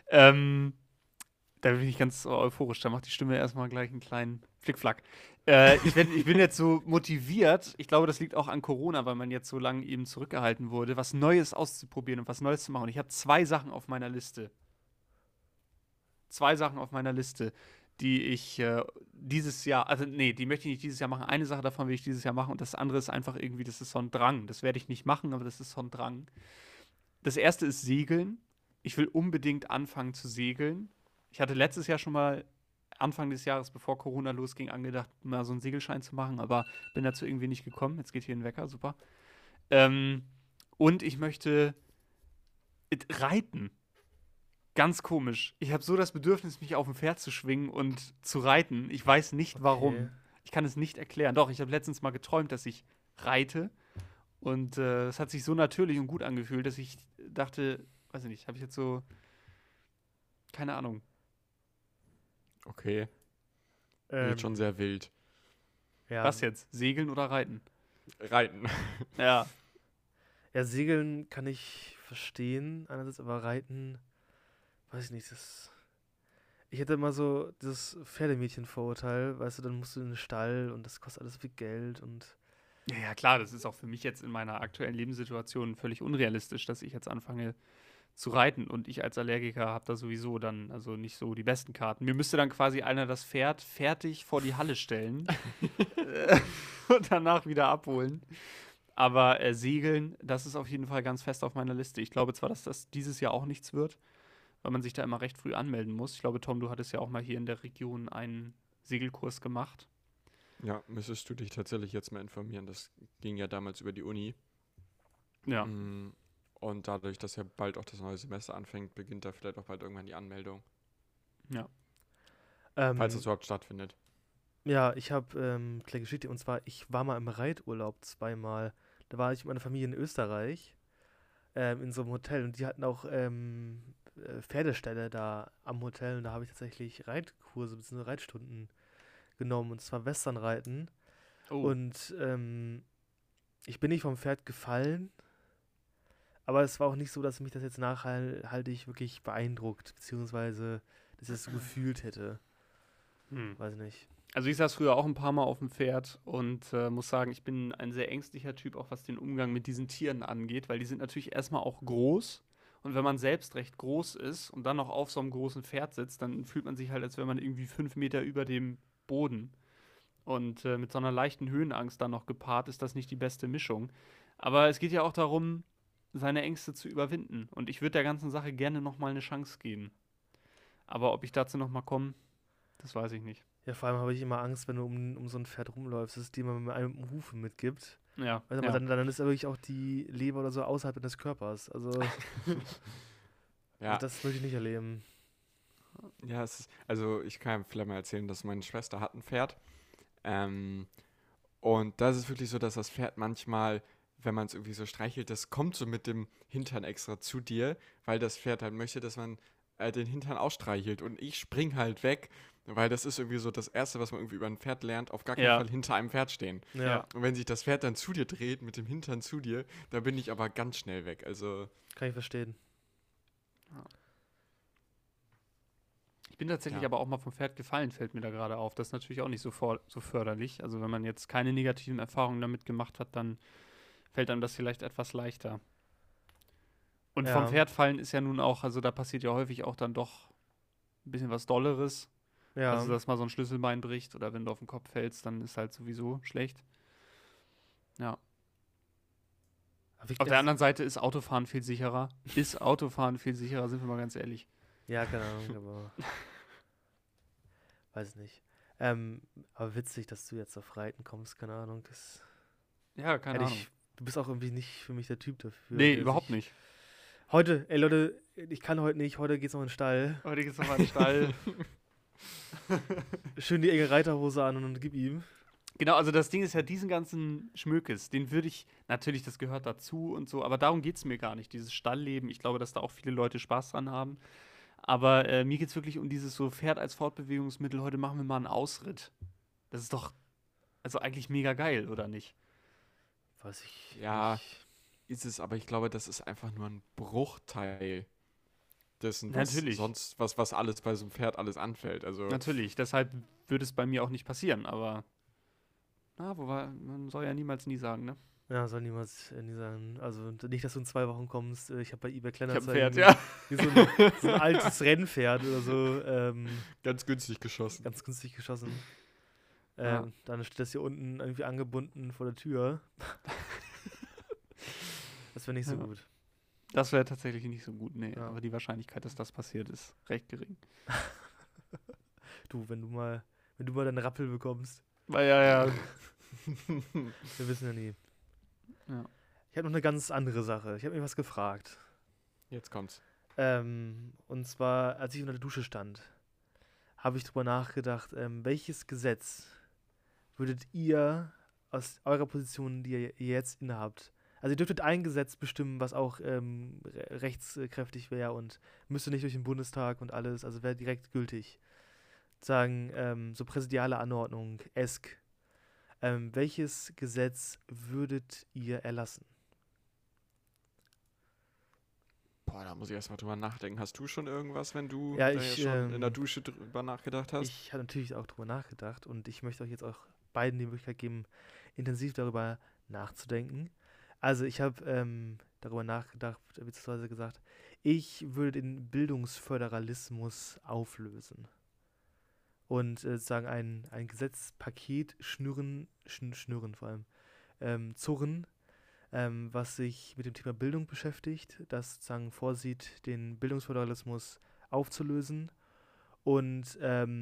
Da bin ich ganz euphorisch, da macht die Stimme erstmal gleich einen kleinen Flickflack. Ich bin jetzt so motiviert, ich glaube, das liegt auch an Corona, weil man jetzt so lange eben zurückgehalten wurde, was Neues auszuprobieren und was Neues zu machen. Und ich habe zwei Sachen auf meiner Liste. Zwei Sachen auf meiner Liste, die ich dieses Jahr, also nee, die möchte ich nicht dieses Jahr machen. Eine Sache davon will ich dieses Jahr machen und das andere ist einfach irgendwie, das ist so ein Drang. Das werde ich nicht machen, aber das ist so ein Drang. Das erste ist Segeln. Ich will unbedingt anfangen zu segeln. Ich hatte letztes Jahr schon mal Anfang des Jahres, bevor Corona losging, angedacht, mal so einen Segelschein zu machen, aber bin dazu irgendwie nicht gekommen. Jetzt geht hier ein Wecker, super. Ähm, und ich möchte reiten. Ganz komisch. Ich habe so das Bedürfnis, mich auf ein Pferd zu schwingen und zu reiten. Ich weiß nicht warum. Okay. Ich kann es nicht erklären. Doch, ich habe letztens mal geträumt, dass ich reite. Und es hat sich so natürlich und gut angefühlt, dass ich dachte, weiß ich nicht, habe ich jetzt so, keine Ahnung. Okay, wird schon sehr wild. ja, Was jetzt? Segeln oder reiten? Reiten. Ja. Ja, Segeln kann ich verstehen, einerseits, aber Reiten, weiß ich nicht, ich hätte immer so das Pferdemädchen-Vorurteil, weißt du, dann musst du in den Stall und das kostet alles so viel Geld und Ja, ja, klar, das ist auch für mich jetzt in meiner aktuellen Lebenssituation völlig unrealistisch, dass ich jetzt anfange zu reiten und ich als Allergiker habe da sowieso dann also nicht so die besten Karten. Mir müsste dann quasi einer das Pferd fertig vor die Halle stellen und danach wieder abholen. Aber Segeln, das ist auf jeden Fall ganz fest auf meiner Liste. Ich glaube zwar, dass das dieses Jahr auch nichts wird, weil man sich da immer recht früh anmelden muss. Ich glaube, Tom, du hattest ja auch mal hier in der Region einen Segelkurs gemacht. Ja, müsstest du dich tatsächlich jetzt mal informieren. Das ging ja damals über die Uni. Ja. Und dadurch, dass ja bald auch das neue Semester anfängt, beginnt da vielleicht auch bald irgendwann die Anmeldung. Ja. Falls es überhaupt stattfindet. ja, ich habe kleine Geschichte und zwar, ich war mal im Reiturlaub zweimal. Da war ich mit meiner Familie in Österreich in so einem Hotel und die hatten auch Pferdeställe da am Hotel und da habe ich tatsächlich Reitkurse bzw. Reitstunden genommen und zwar Westernreiten Oh. und ich bin nicht vom Pferd gefallen, aber es war auch nicht so, dass mich das jetzt nachhaltig wirklich beeindruckt, beziehungsweise dass ich es so gefühlt hätte. Weiß ich nicht. Also ich saß früher auch ein paar Mal auf dem Pferd und muss sagen, ich bin ein sehr ängstlicher Typ, auch was den Umgang mit diesen Tieren angeht, weil die sind natürlich erstmal auch groß. Und wenn man selbst recht groß ist und dann noch auf so einem großen Pferd sitzt, dann fühlt man sich halt, als wäre man irgendwie 5 Meter über dem Boden. Und mit so einer leichten Höhenangst dann noch gepaart, ist das nicht die beste Mischung. Aber es geht ja auch darum, seine Ängste zu überwinden. Und ich würde der ganzen Sache gerne nochmal eine Chance geben. Aber ob ich dazu nochmal komme, das weiß ich nicht. Ja, vor allem habe ich immer Angst, wenn du um so ein Pferd rumläufst, dass es dir mal mit einem Hufe mitgibt. Ja, Weißt du, ja. aber dann ist ja wirklich auch die Leber oder so außerhalb deines Körpers. Also Ja, das möchte ich nicht erleben. Ja, also ich kann ja vielleicht mal erzählen, dass meine Schwester hat ein Pferd. Ähm, und da ist es wirklich so, dass das Pferd manchmal, wenn man es irgendwie so streichelt, das kommt so mit dem Hintern extra zu dir, weil das Pferd halt möchte, dass man den Hintern ausstreichelt. Und ich spring halt weg, weil das ist irgendwie so das Erste, was man irgendwie über ein Pferd lernt, auf gar keinen Ja. Fall hinter einem Pferd stehen. Ja, Und wenn sich das Pferd dann zu dir dreht, mit dem Hintern zu dir, da bin ich aber ganz schnell weg. Also, kann ich verstehen. Ich bin tatsächlich ja. aber auch mal vom Pferd gefallen, fällt mir da gerade auf. Das ist natürlich auch nicht so förderlich. Also wenn man jetzt keine negativen Erfahrungen damit gemacht hat, dann fällt einem das vielleicht etwas leichter. Und vom Ja. Pferd fallen ist ja nun auch, also da passiert ja häufig auch dann doch ein bisschen was Dolleres. Ja, Also dass mal so ein Schlüsselbein bricht oder wenn du auf den Kopf fällst, dann ist halt sowieso schlecht. Ja. aber ich- Auf der anderen Seite ist Autofahren viel sicherer. Ist Autofahren viel sicherer, sind wir mal ganz ehrlich. Ja, keine Ahnung, aber weiß nicht. Aber witzig, dass du jetzt auf Reiten kommst, keine Ahnung. Das Ja, keine hätte Ahnung. du bist auch irgendwie nicht für mich der Typ dafür. Nee, der überhaupt sich- nicht. Heute, ey Leute, ich kann heute nicht, heute geht's noch in den Stall. Heute geht's nochmal in den Stall. Schön die enge Reiterhose an und gib ihm. Genau, also das Ding ist ja, diesen ganzen Schmökes, den würde ich, natürlich, das gehört dazu und so, aber darum geht es mir gar nicht, dieses Stallleben. Ich glaube, dass da auch viele Leute Spaß dran haben. Aber mir geht es wirklich um dieses so Pferd als Fortbewegungsmittel. Heute machen wir mal einen Ausritt. Das ist doch, also eigentlich mega geil, oder nicht? Weiß ich Ja. nicht. Ist es, aber ich glaube, das ist einfach nur ein Bruchteil dessen, Natürlich. was alles bei so einem Pferd alles anfällt. Also, Natürlich, deshalb würde es bei mir auch nicht passieren, aber man soll ja niemals nie sagen, ne? Ja, soll niemals nie sagen. Also nicht, dass du in 2 Wochen kommst. Ich habe bei eBay Ich habe ein Kleinanzeigen Pferd, ja. wie so ein altes Rennpferd oder so ganz günstig geschossen. ganz günstig geschossen. Ja. Dann steht das hier unten irgendwie angebunden vor der Tür. Das wäre nicht so Ja. gut. Das wäre tatsächlich nicht so gut, nee. Ja. Aber die Wahrscheinlichkeit, dass das passiert, ist recht gering. Du, wenn du mal deinen Rappel bekommst, Weil ja. wir wissen ja nie. Ja. Ich habe noch eine ganz andere Sache. Ich habe mir was gefragt. Jetzt kommt's. Und zwar, als ich unter der Dusche stand, habe ich drüber nachgedacht, welches Gesetz würdet ihr aus eurer Position, die ihr jetzt innehabt, also ihr dürftet ein Gesetz bestimmen, was auch rechtskräftig wäre und müsste nicht durch den Bundestag und alles, also wäre direkt gültig. Sagen, so präsidiale Anordnung, esk. Welches Gesetz würdet ihr erlassen? Boah, da muss ich erstmal drüber nachdenken. Hast du schon irgendwas, wenn du Ja, da ich, schon in der Dusche drüber nachgedacht hast? Ich habe natürlich auch drüber nachgedacht und ich möchte euch jetzt auch beiden die Möglichkeit geben, intensiv darüber nachzudenken. Also ich habe darüber nachgedacht, beziehungsweise gesagt, ich würde den Bildungsföderalismus auflösen und sagen ein Gesetzpaket schnüren vor allem, zurren, was sich mit dem Thema Bildung beschäftigt, das sozusagen vorsieht, den Bildungsföderalismus aufzulösen und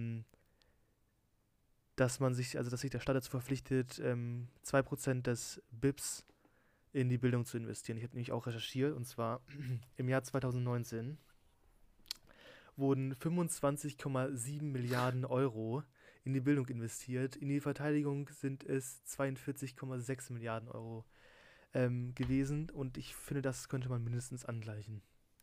dass sich der Staat dazu verpflichtet, 2% des BIPs in die Bildung zu investieren. Ich habe nämlich auch recherchiert, und zwar im Jahr 2019 wurden 25,7 Milliarden Euro in die Bildung investiert. In die Verteidigung sind es 42,6 Milliarden Euro gewesen und ich finde, das könnte man mindestens angleichen.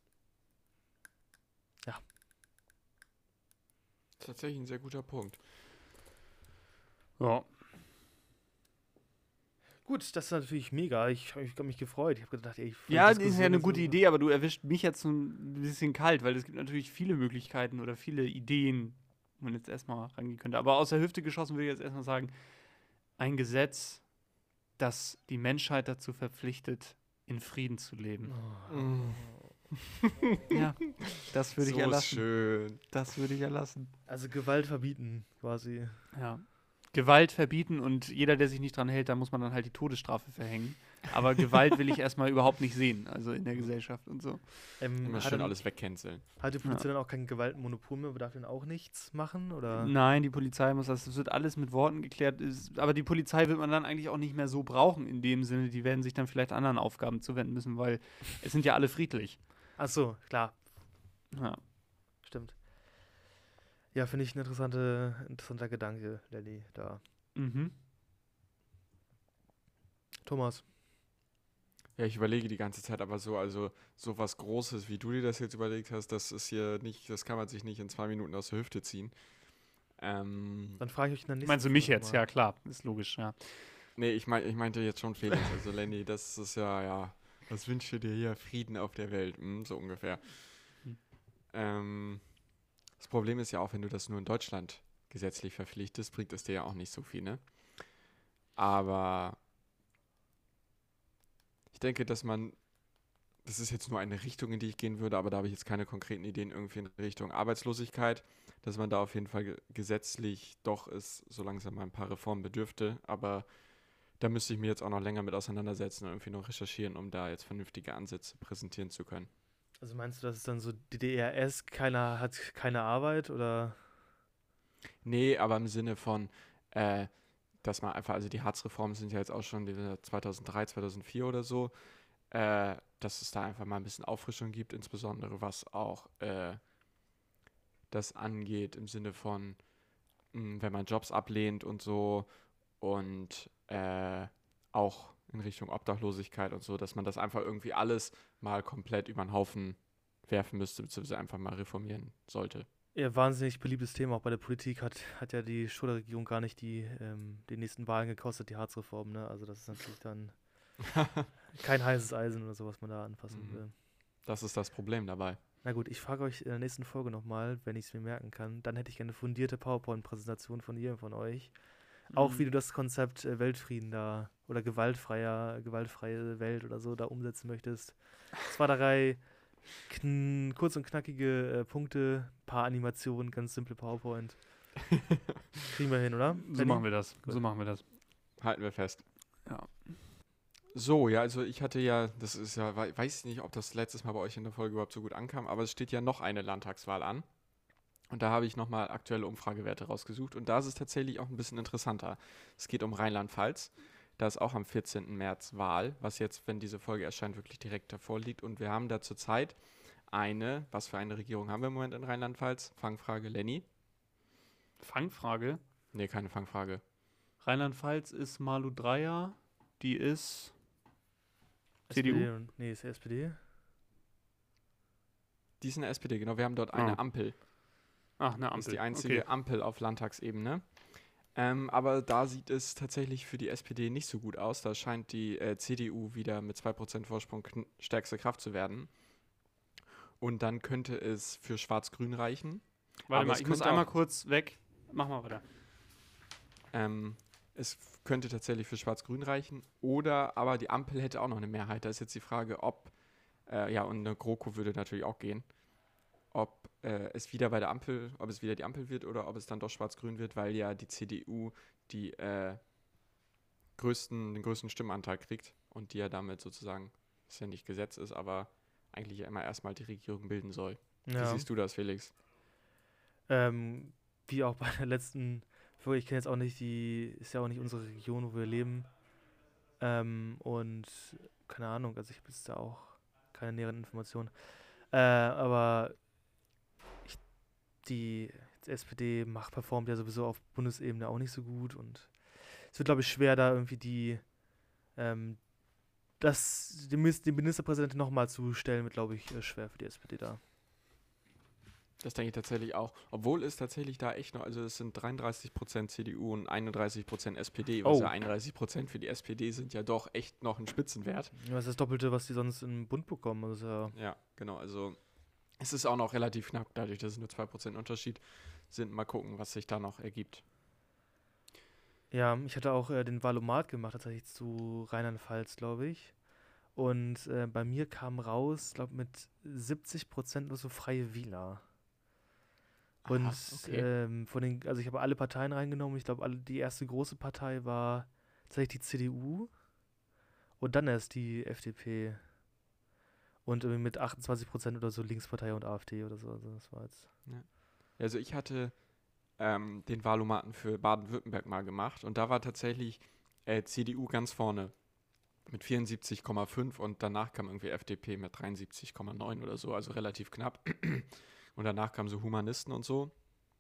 Tatsächlich ein sehr guter Punkt. Ja. Gut, das ist natürlich mega. Ich habe mich gefreut. Ich habe gedacht, ey, Ja, das ist Diskussion ja eine so- gute Idee, aber du erwischt mich jetzt so ein bisschen kalt, weil es gibt natürlich viele Möglichkeiten oder viele Ideen, wo man jetzt erstmal rangehen könnte. Aber aus der Hüfte geschossen würde ich jetzt erstmal sagen, ein Gesetz, das die Menschheit dazu verpflichtet, in Frieden zu leben. Oh. Ja, das würde ich so erlassen. schön. Das würde ich erlassen. Also Gewalt verbieten, quasi. Ja. Gewalt verbieten und jeder, der sich nicht dran hält, da muss man dann halt die Todesstrafe verhängen. Aber Gewalt will ich erstmal überhaupt nicht sehen, also in der Gesellschaft und so. Immer Hat schön dann- alles wegcanceln. Hat die Polizei dann auch kein Gewaltmonopol mehr, aber darf dann auch nichts machen? Oder? Nein, die Polizei muss das wird alles mit Worten geklärt. Aber die Polizei wird man dann eigentlich auch nicht mehr so brauchen in dem Sinne. Die werden sich dann vielleicht anderen Aufgaben zuwenden müssen, weil es sind ja alle friedlich. Ach so, klar, Ja. stimmt. Ja, finde ich ein interessanter Gedanke, Lenny, da. Mhm. Thomas. Ja, ich überlege die ganze Zeit aber so, also so was Großes, wie du dir das jetzt überlegt hast, das ist hier nicht, das kann man sich nicht in 2 Minuten aus der Hüfte ziehen. Ähm, Dann frage ich euch in der nächsten Meinst du mich Folge jetzt? mal. Ja, klar, ist logisch, ja. nee, ich meinte jetzt schon Felix, also Lenny, das ist ja, was wünschst du dir hier? Frieden auf der Welt, so ungefähr. Hm. Das Problem ist ja auch, wenn du das nur in Deutschland gesetzlich verpflichtest, bringt es dir ja auch nicht so viel, ne? Aber ich denke, das ist jetzt nur eine Richtung, in die ich gehen würde, aber da habe ich jetzt keine konkreten Ideen irgendwie in Richtung Arbeitslosigkeit, dass man da auf jeden Fall gesetzlich doch ist, so langsam mal ein paar Reformen bedürfte, aber da müsste ich mir jetzt auch noch länger mit auseinandersetzen und irgendwie noch recherchieren, um da jetzt vernünftige Ansätze präsentieren zu können. Also meinst du, das ist dann so DDRS, keiner hat keine Arbeit oder? Nee, aber im Sinne von, äh, dass man einfach, also die Hartz-Reformen sind ja jetzt auch schon 2003, 2004 oder so, dass es da einfach mal ein bisschen Auffrischung gibt, insbesondere was auch das angeht, im Sinne von, wenn man Jobs ablehnt und so und auch in Richtung Obdachlosigkeit und so, dass man das einfach irgendwie alles mal komplett über den Haufen werfen müsste, beziehungsweise einfach mal reformieren sollte. Ja, wahnsinnig beliebtes Thema auch bei der Politik hat ja die Schröder-Regierung gar nicht die nächsten Wahlen gekostet, die Harzreform, ne? Also das ist natürlich dann kein heißes Eisen oder so, was man da anfassen Mhm. will. Das ist das Problem dabei. Na gut, ich frage euch in der nächsten Folge nochmal, wenn ich es mir merken kann. Dann hätte ich eine fundierte PowerPoint-Präsentation von jedem von euch. Auch wie du das Konzept Weltfrieden da oder gewaltfreie Welt oder so da umsetzen möchtest. 2, 3 kurz und knackige Punkte, paar Animationen, ganz simple PowerPoint. Kriegen wir hin, oder? So Benni? machen wir das. Gut. So machen wir das. Halten wir fest. Ja. So, ja, also ich hatte ja, das ist ja, weiß ich nicht, ob das letztes Mal bei euch in der Folge überhaupt so gut ankam, aber es steht ja noch eine Landtagswahl an. Und da habe ich nochmal aktuelle Umfragewerte rausgesucht. Und da ist es tatsächlich auch ein bisschen interessanter. Es geht um Rheinland-Pfalz. Da ist auch am 14. März Wahl, was jetzt, wenn diese Folge erscheint, wirklich direkt davor liegt. Und wir haben da zurzeit was für eine Regierung haben wir im Moment in Rheinland-Pfalz? Fangfrage, Lenny? Fangfrage. Nee, keine Fangfrage. Rheinland-Pfalz ist Malu Dreyer. Die ist CDU? SPD nee, ist SPD. Die ist eine SPD, genau. Wir haben dort eine Ampel. Ach, eine Das Ampel. ist die einzige Ampel auf Landtagsebene. Aber da sieht es tatsächlich für die SPD nicht so gut aus. Da scheint die CDU wieder mit 2% Vorsprung stärkste Kraft zu werden. Und dann könnte es für Schwarz-Grün reichen. Warte Aber mal, es ich muss könnte einmal auch- kurz weg. Mach mal weiter. Es könnte tatsächlich für Schwarz-Grün reichen. Aber die Ampel hätte auch noch eine Mehrheit. Da ist jetzt die Frage, ob, und eine GroKo würde natürlich auch gehen, ob es wieder die Ampel wird oder ob es dann doch Schwarz-Grün wird, weil ja die CDU den größten Stimmenanteil kriegt und die ja damit sozusagen, was ja nicht Gesetz ist, aber eigentlich ja immer erstmal die Regierung bilden soll. Wie Ja. siehst du das, Felix? Wie auch bei der letzten Folge, ich kenne jetzt auch nicht ist ja auch nicht unsere Region, wo wir leben. Und keine Ahnung, also ich habe jetzt da auch keine näheren Informationen. Aber die SPD performt ja sowieso auf Bundesebene auch nicht so gut und es wird, glaube ich, schwer, da irgendwie den Ministerpräsidenten nochmal zu stellen, wird, glaube ich, schwer für die SPD da. Das denke ich tatsächlich auch. Obwohl es tatsächlich da echt noch, also es sind 33% CDU und 31% SPD, was Oh. ja 31% für die SPD sind ja doch echt noch ein Spitzenwert. Das ist das Doppelte, was die sonst im Bund bekommen. Also ja, Ja, genau, also es ist auch noch relativ knapp, dadurch, dass es nur 2% Unterschied sind. Mal gucken, was sich da noch ergibt. ja, ich hatte auch den Valomat gemacht, tatsächlich zu Rheinland-Pfalz, glaube ich. Und bei mir kam raus, glaube mit 70% nur so Freie Wähler. Und Aha, okay. also ich habe alle Parteien reingenommen. Ich glaube, die erste große Partei war tatsächlich die CDU und dann erst die FDP. Und irgendwie mit 28% oder so Linkspartei und AfD oder so. Also das war jetzt. Also ich hatte den Wahlomaten für Baden-Württemberg mal gemacht und da war tatsächlich CDU ganz vorne mit 74,5 und danach kam irgendwie FDP mit 73,9 oder so, also relativ knapp. Und danach kamen so Humanisten und so.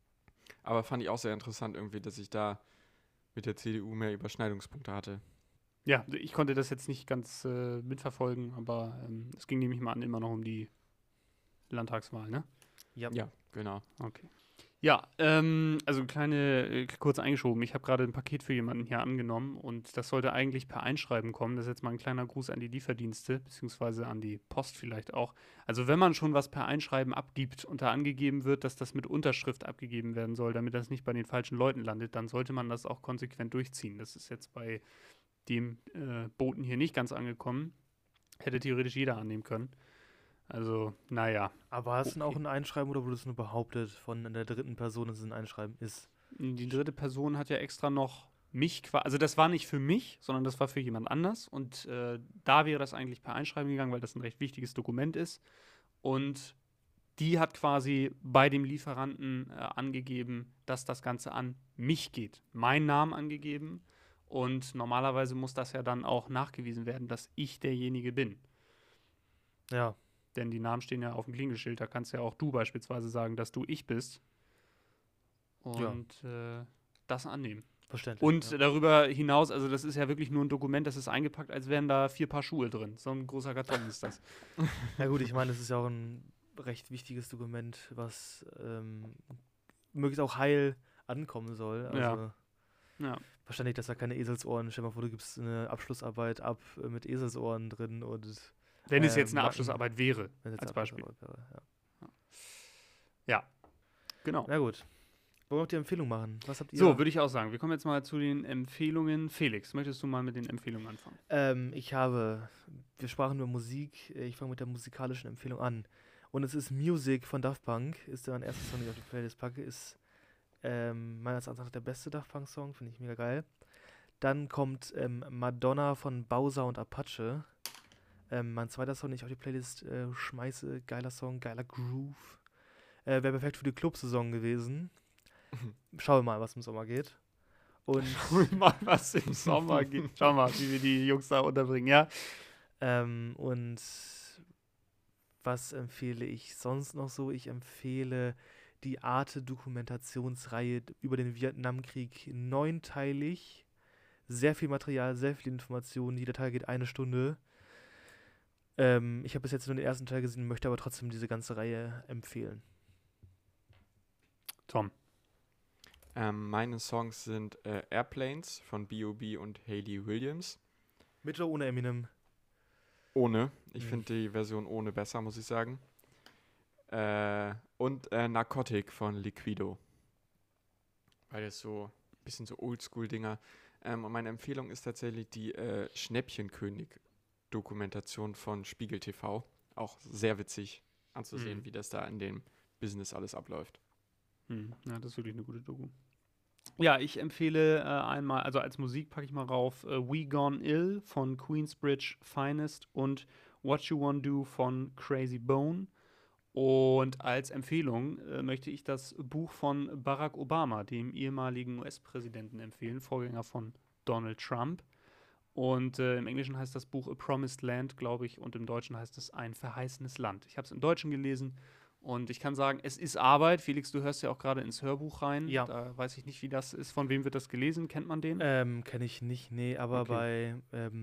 Aber fand ich auch sehr interessant irgendwie, dass ich da mit der CDU mehr Überschneidungspunkte hatte. Ja, ich konnte das jetzt nicht ganz mitverfolgen, aber es ging nämlich mal an immer noch um die Landtagswahl, ne? Ja. Ja, genau. Okay. Ja, also kurz eingeschoben. Ich habe gerade ein Paket für jemanden hier angenommen und das sollte eigentlich per Einschreiben kommen. Das ist jetzt mal ein kleiner Gruß an die Lieferdienste, beziehungsweise an die Post vielleicht auch. Also wenn man schon was per Einschreiben abgibt und da angegeben wird, dass das mit Unterschrift abgegeben werden soll, damit das nicht bei den falschen Leuten landet, dann sollte man das auch konsequent durchziehen. Das ist jetzt bei dem Boten hier nicht ganz angekommen. Hätte theoretisch jeder annehmen können. Also, naja. Aber hast du denn auch Okay. ein Einschreiben oder wurde es nur behauptet von der dritten Person, dass es ein Einschreiben ist? Die dritte Person hat ja extra noch mich quasi, also das war nicht für mich, sondern das war für jemand anders. Und da wäre das eigentlich per Einschreiben gegangen, weil das ein recht wichtiges Dokument ist. Und die hat quasi bei dem Lieferanten angegeben, dass das Ganze an mich geht. Meinen Namen angegeben. Und normalerweise muss das ja dann auch nachgewiesen werden, dass ich derjenige bin. Ja, Denn die Namen stehen ja auf dem Klingelschild. Da kannst ja auch du beispielsweise sagen, dass du ich bist. Und das annehmen. verständlich. Und ja. darüber hinaus, also das ist ja wirklich nur ein Dokument, das ist eingepackt, als wären da 4 Paar Schuhe drin. So ein großer Karton ist das. Ja gut, ich meine, das ist ja auch ein recht wichtiges Dokument, was möglichst auch heil ankommen soll. Also Ja. verständlich, dass da keine Eselsohren, stell dir mal vor, du gibst eine Abschlussarbeit ab mit Eselsohren drin und Wenn es jetzt eine Macken, Abschlussarbeit wäre, wenn jetzt als eine Beispiel. Abschlussarbeit wäre, ja. Ja, genau. Na gut. Wollen wir die Empfehlung machen? Was habt ihr? So, würde ich auch sagen. Wir kommen jetzt mal zu den Empfehlungen. Felix, möchtest du mal mit den Empfehlungen anfangen? Wir sprachen über Musik, ich fange mit der musikalischen Empfehlung an. Und es ist Music von Daft Punk, ist mein erster Song, den ich auf die Playlist packe, ist meines Erachtens nach der beste Daft Punk Song, finde ich mega geil. Dann kommt Madonna von Bowser und Apache. Mein zweiter Song, den ich auf die Playlist schmeiße, geiler Song, geiler Groove. Wäre perfekt für die Clubsaison gewesen. Schauen wir mal, was im Sommer geht. Und mal, was im Sommer geht. Schau mal, wie wir die Jungs da unterbringen, ja? und was empfehle ich sonst noch so? Ich empfehle die Arte-Dokumentationsreihe über den Vietnamkrieg 9-teilig. Sehr viel Material, sehr viel Informationen. Jeder Teil geht 1 Stunde. Ich habe bis jetzt nur den ersten Teil gesehen, möchte aber trotzdem diese ganze Reihe empfehlen. Tom. Meine Songs sind Airplanes von B.O.B. und Hayley Williams. Mit oder ohne Eminem? Ohne. Ich Mhm. finde die Version ohne besser, muss ich sagen. Und Narcotic von Liquido. Weil das so ein bisschen so Oldschool-Dinger. Und meine Empfehlung ist tatsächlich die Schnäppchenkönig-Dokumentation von Spiegel TV. Auch sehr witzig anzusehen, wie das da in dem Business alles abläuft. Ja, das ist wirklich eine gute Doku. Ja, ich empfehle einmal, also als Musik packe ich mal rauf, We Gone Ill von Queensbridge Finest und What You Wanna Do von Crazy Bone. Und als Empfehlung möchte ich das Buch von Barack Obama, dem ehemaligen US-Präsidenten, empfehlen, Vorgänger von Donald Trump. Und im Englischen heißt das Buch A Promised Land, glaube ich, und im Deutschen heißt es Ein verheißenes Land. Ich habe es im Deutschen gelesen und ich kann sagen, es ist Arbeit. Felix, du hörst ja auch gerade ins Hörbuch rein. Ja. Da weiß ich nicht, wie das ist. Von wem wird das gelesen? Kennt man den? Kenne ich nicht, nee, aber Okay.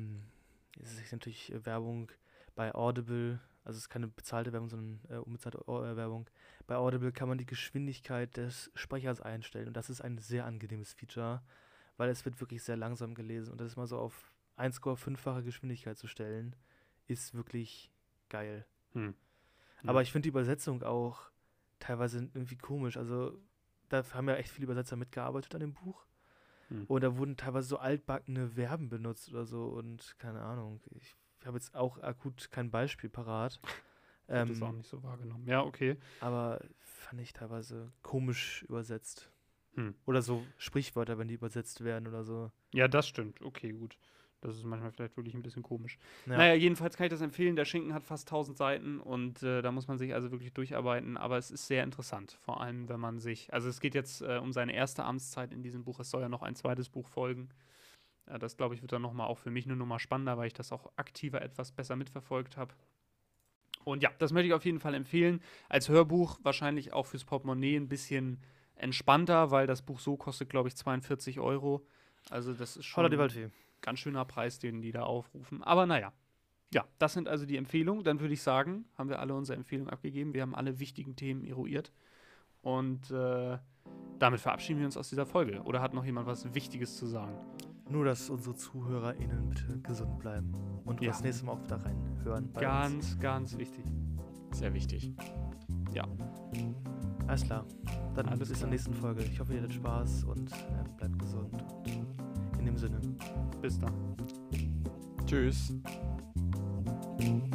es ist natürlich Werbung bei Audible, also es ist keine bezahlte Werbung, sondern unbezahlte Werbung. Bei Audible kann man die Geschwindigkeit des Sprechers einstellen und das ist ein sehr angenehmes Feature, weil es wird wirklich sehr langsam gelesen und das mal so auf 1,5-fache Geschwindigkeit zu stellen, ist wirklich geil. Hm. Aber ich finde die Übersetzung auch teilweise irgendwie komisch. Also, da haben ja echt viele Übersetzer mitgearbeitet an dem Buch. Hm. Und da wurden teilweise so altbackene Verben benutzt oder so und keine Ahnung. Ich habe jetzt auch akut kein Beispiel parat. Ich habe das auch nicht so wahrgenommen. Ja, okay. Aber fand ich teilweise komisch übersetzt. Hm. Oder so Sprichwörter, wenn die übersetzt werden oder so. Ja, das stimmt. Okay, gut. Das ist manchmal vielleicht wirklich ein bisschen komisch. Ja. Naja, jedenfalls kann ich das empfehlen. Der Schinken hat fast 1000 Seiten und da muss man sich also wirklich durcharbeiten. Aber es ist sehr interessant. Vor allem, wenn man sich. Also, es geht jetzt um seine erste Amtszeit in diesem Buch. Es soll ja noch ein zweites Buch folgen. Das, glaube ich, wird dann nochmal auch für mich eine Nummer spannender, weil ich das auch aktiver etwas besser mitverfolgt habe. Und ja, das möchte ich auf jeden Fall empfehlen. Als Hörbuch wahrscheinlich auch fürs Portemonnaie ein bisschen entspannter, weil das Buch so kostet, glaube ich, 42 Euro. Also das ist schon Holla die Waldfee. ganz schöner Preis, den die da aufrufen. Aber naja. Ja, das sind also die Empfehlungen. Dann würde ich sagen, haben wir alle unsere Empfehlungen abgegeben. Wir haben alle wichtigen Themen eruiert. Und damit verabschieden wir uns aus dieser Folge. Oder hat noch jemand was Wichtiges zu sagen? Nur, dass unsere ZuhörerInnen bitte gesund bleiben und Ja. das nächste Mal auch wieder reinhören. bei Ganz, ganz wichtig. Sehr wichtig. Ja. uns. Alles klar. Dann Alles bis zur klar. nächsten Folge. Ich hoffe, ihr hattet Spaß und bleibt gesund. Und in dem Sinne. Bis dann. Tschüss.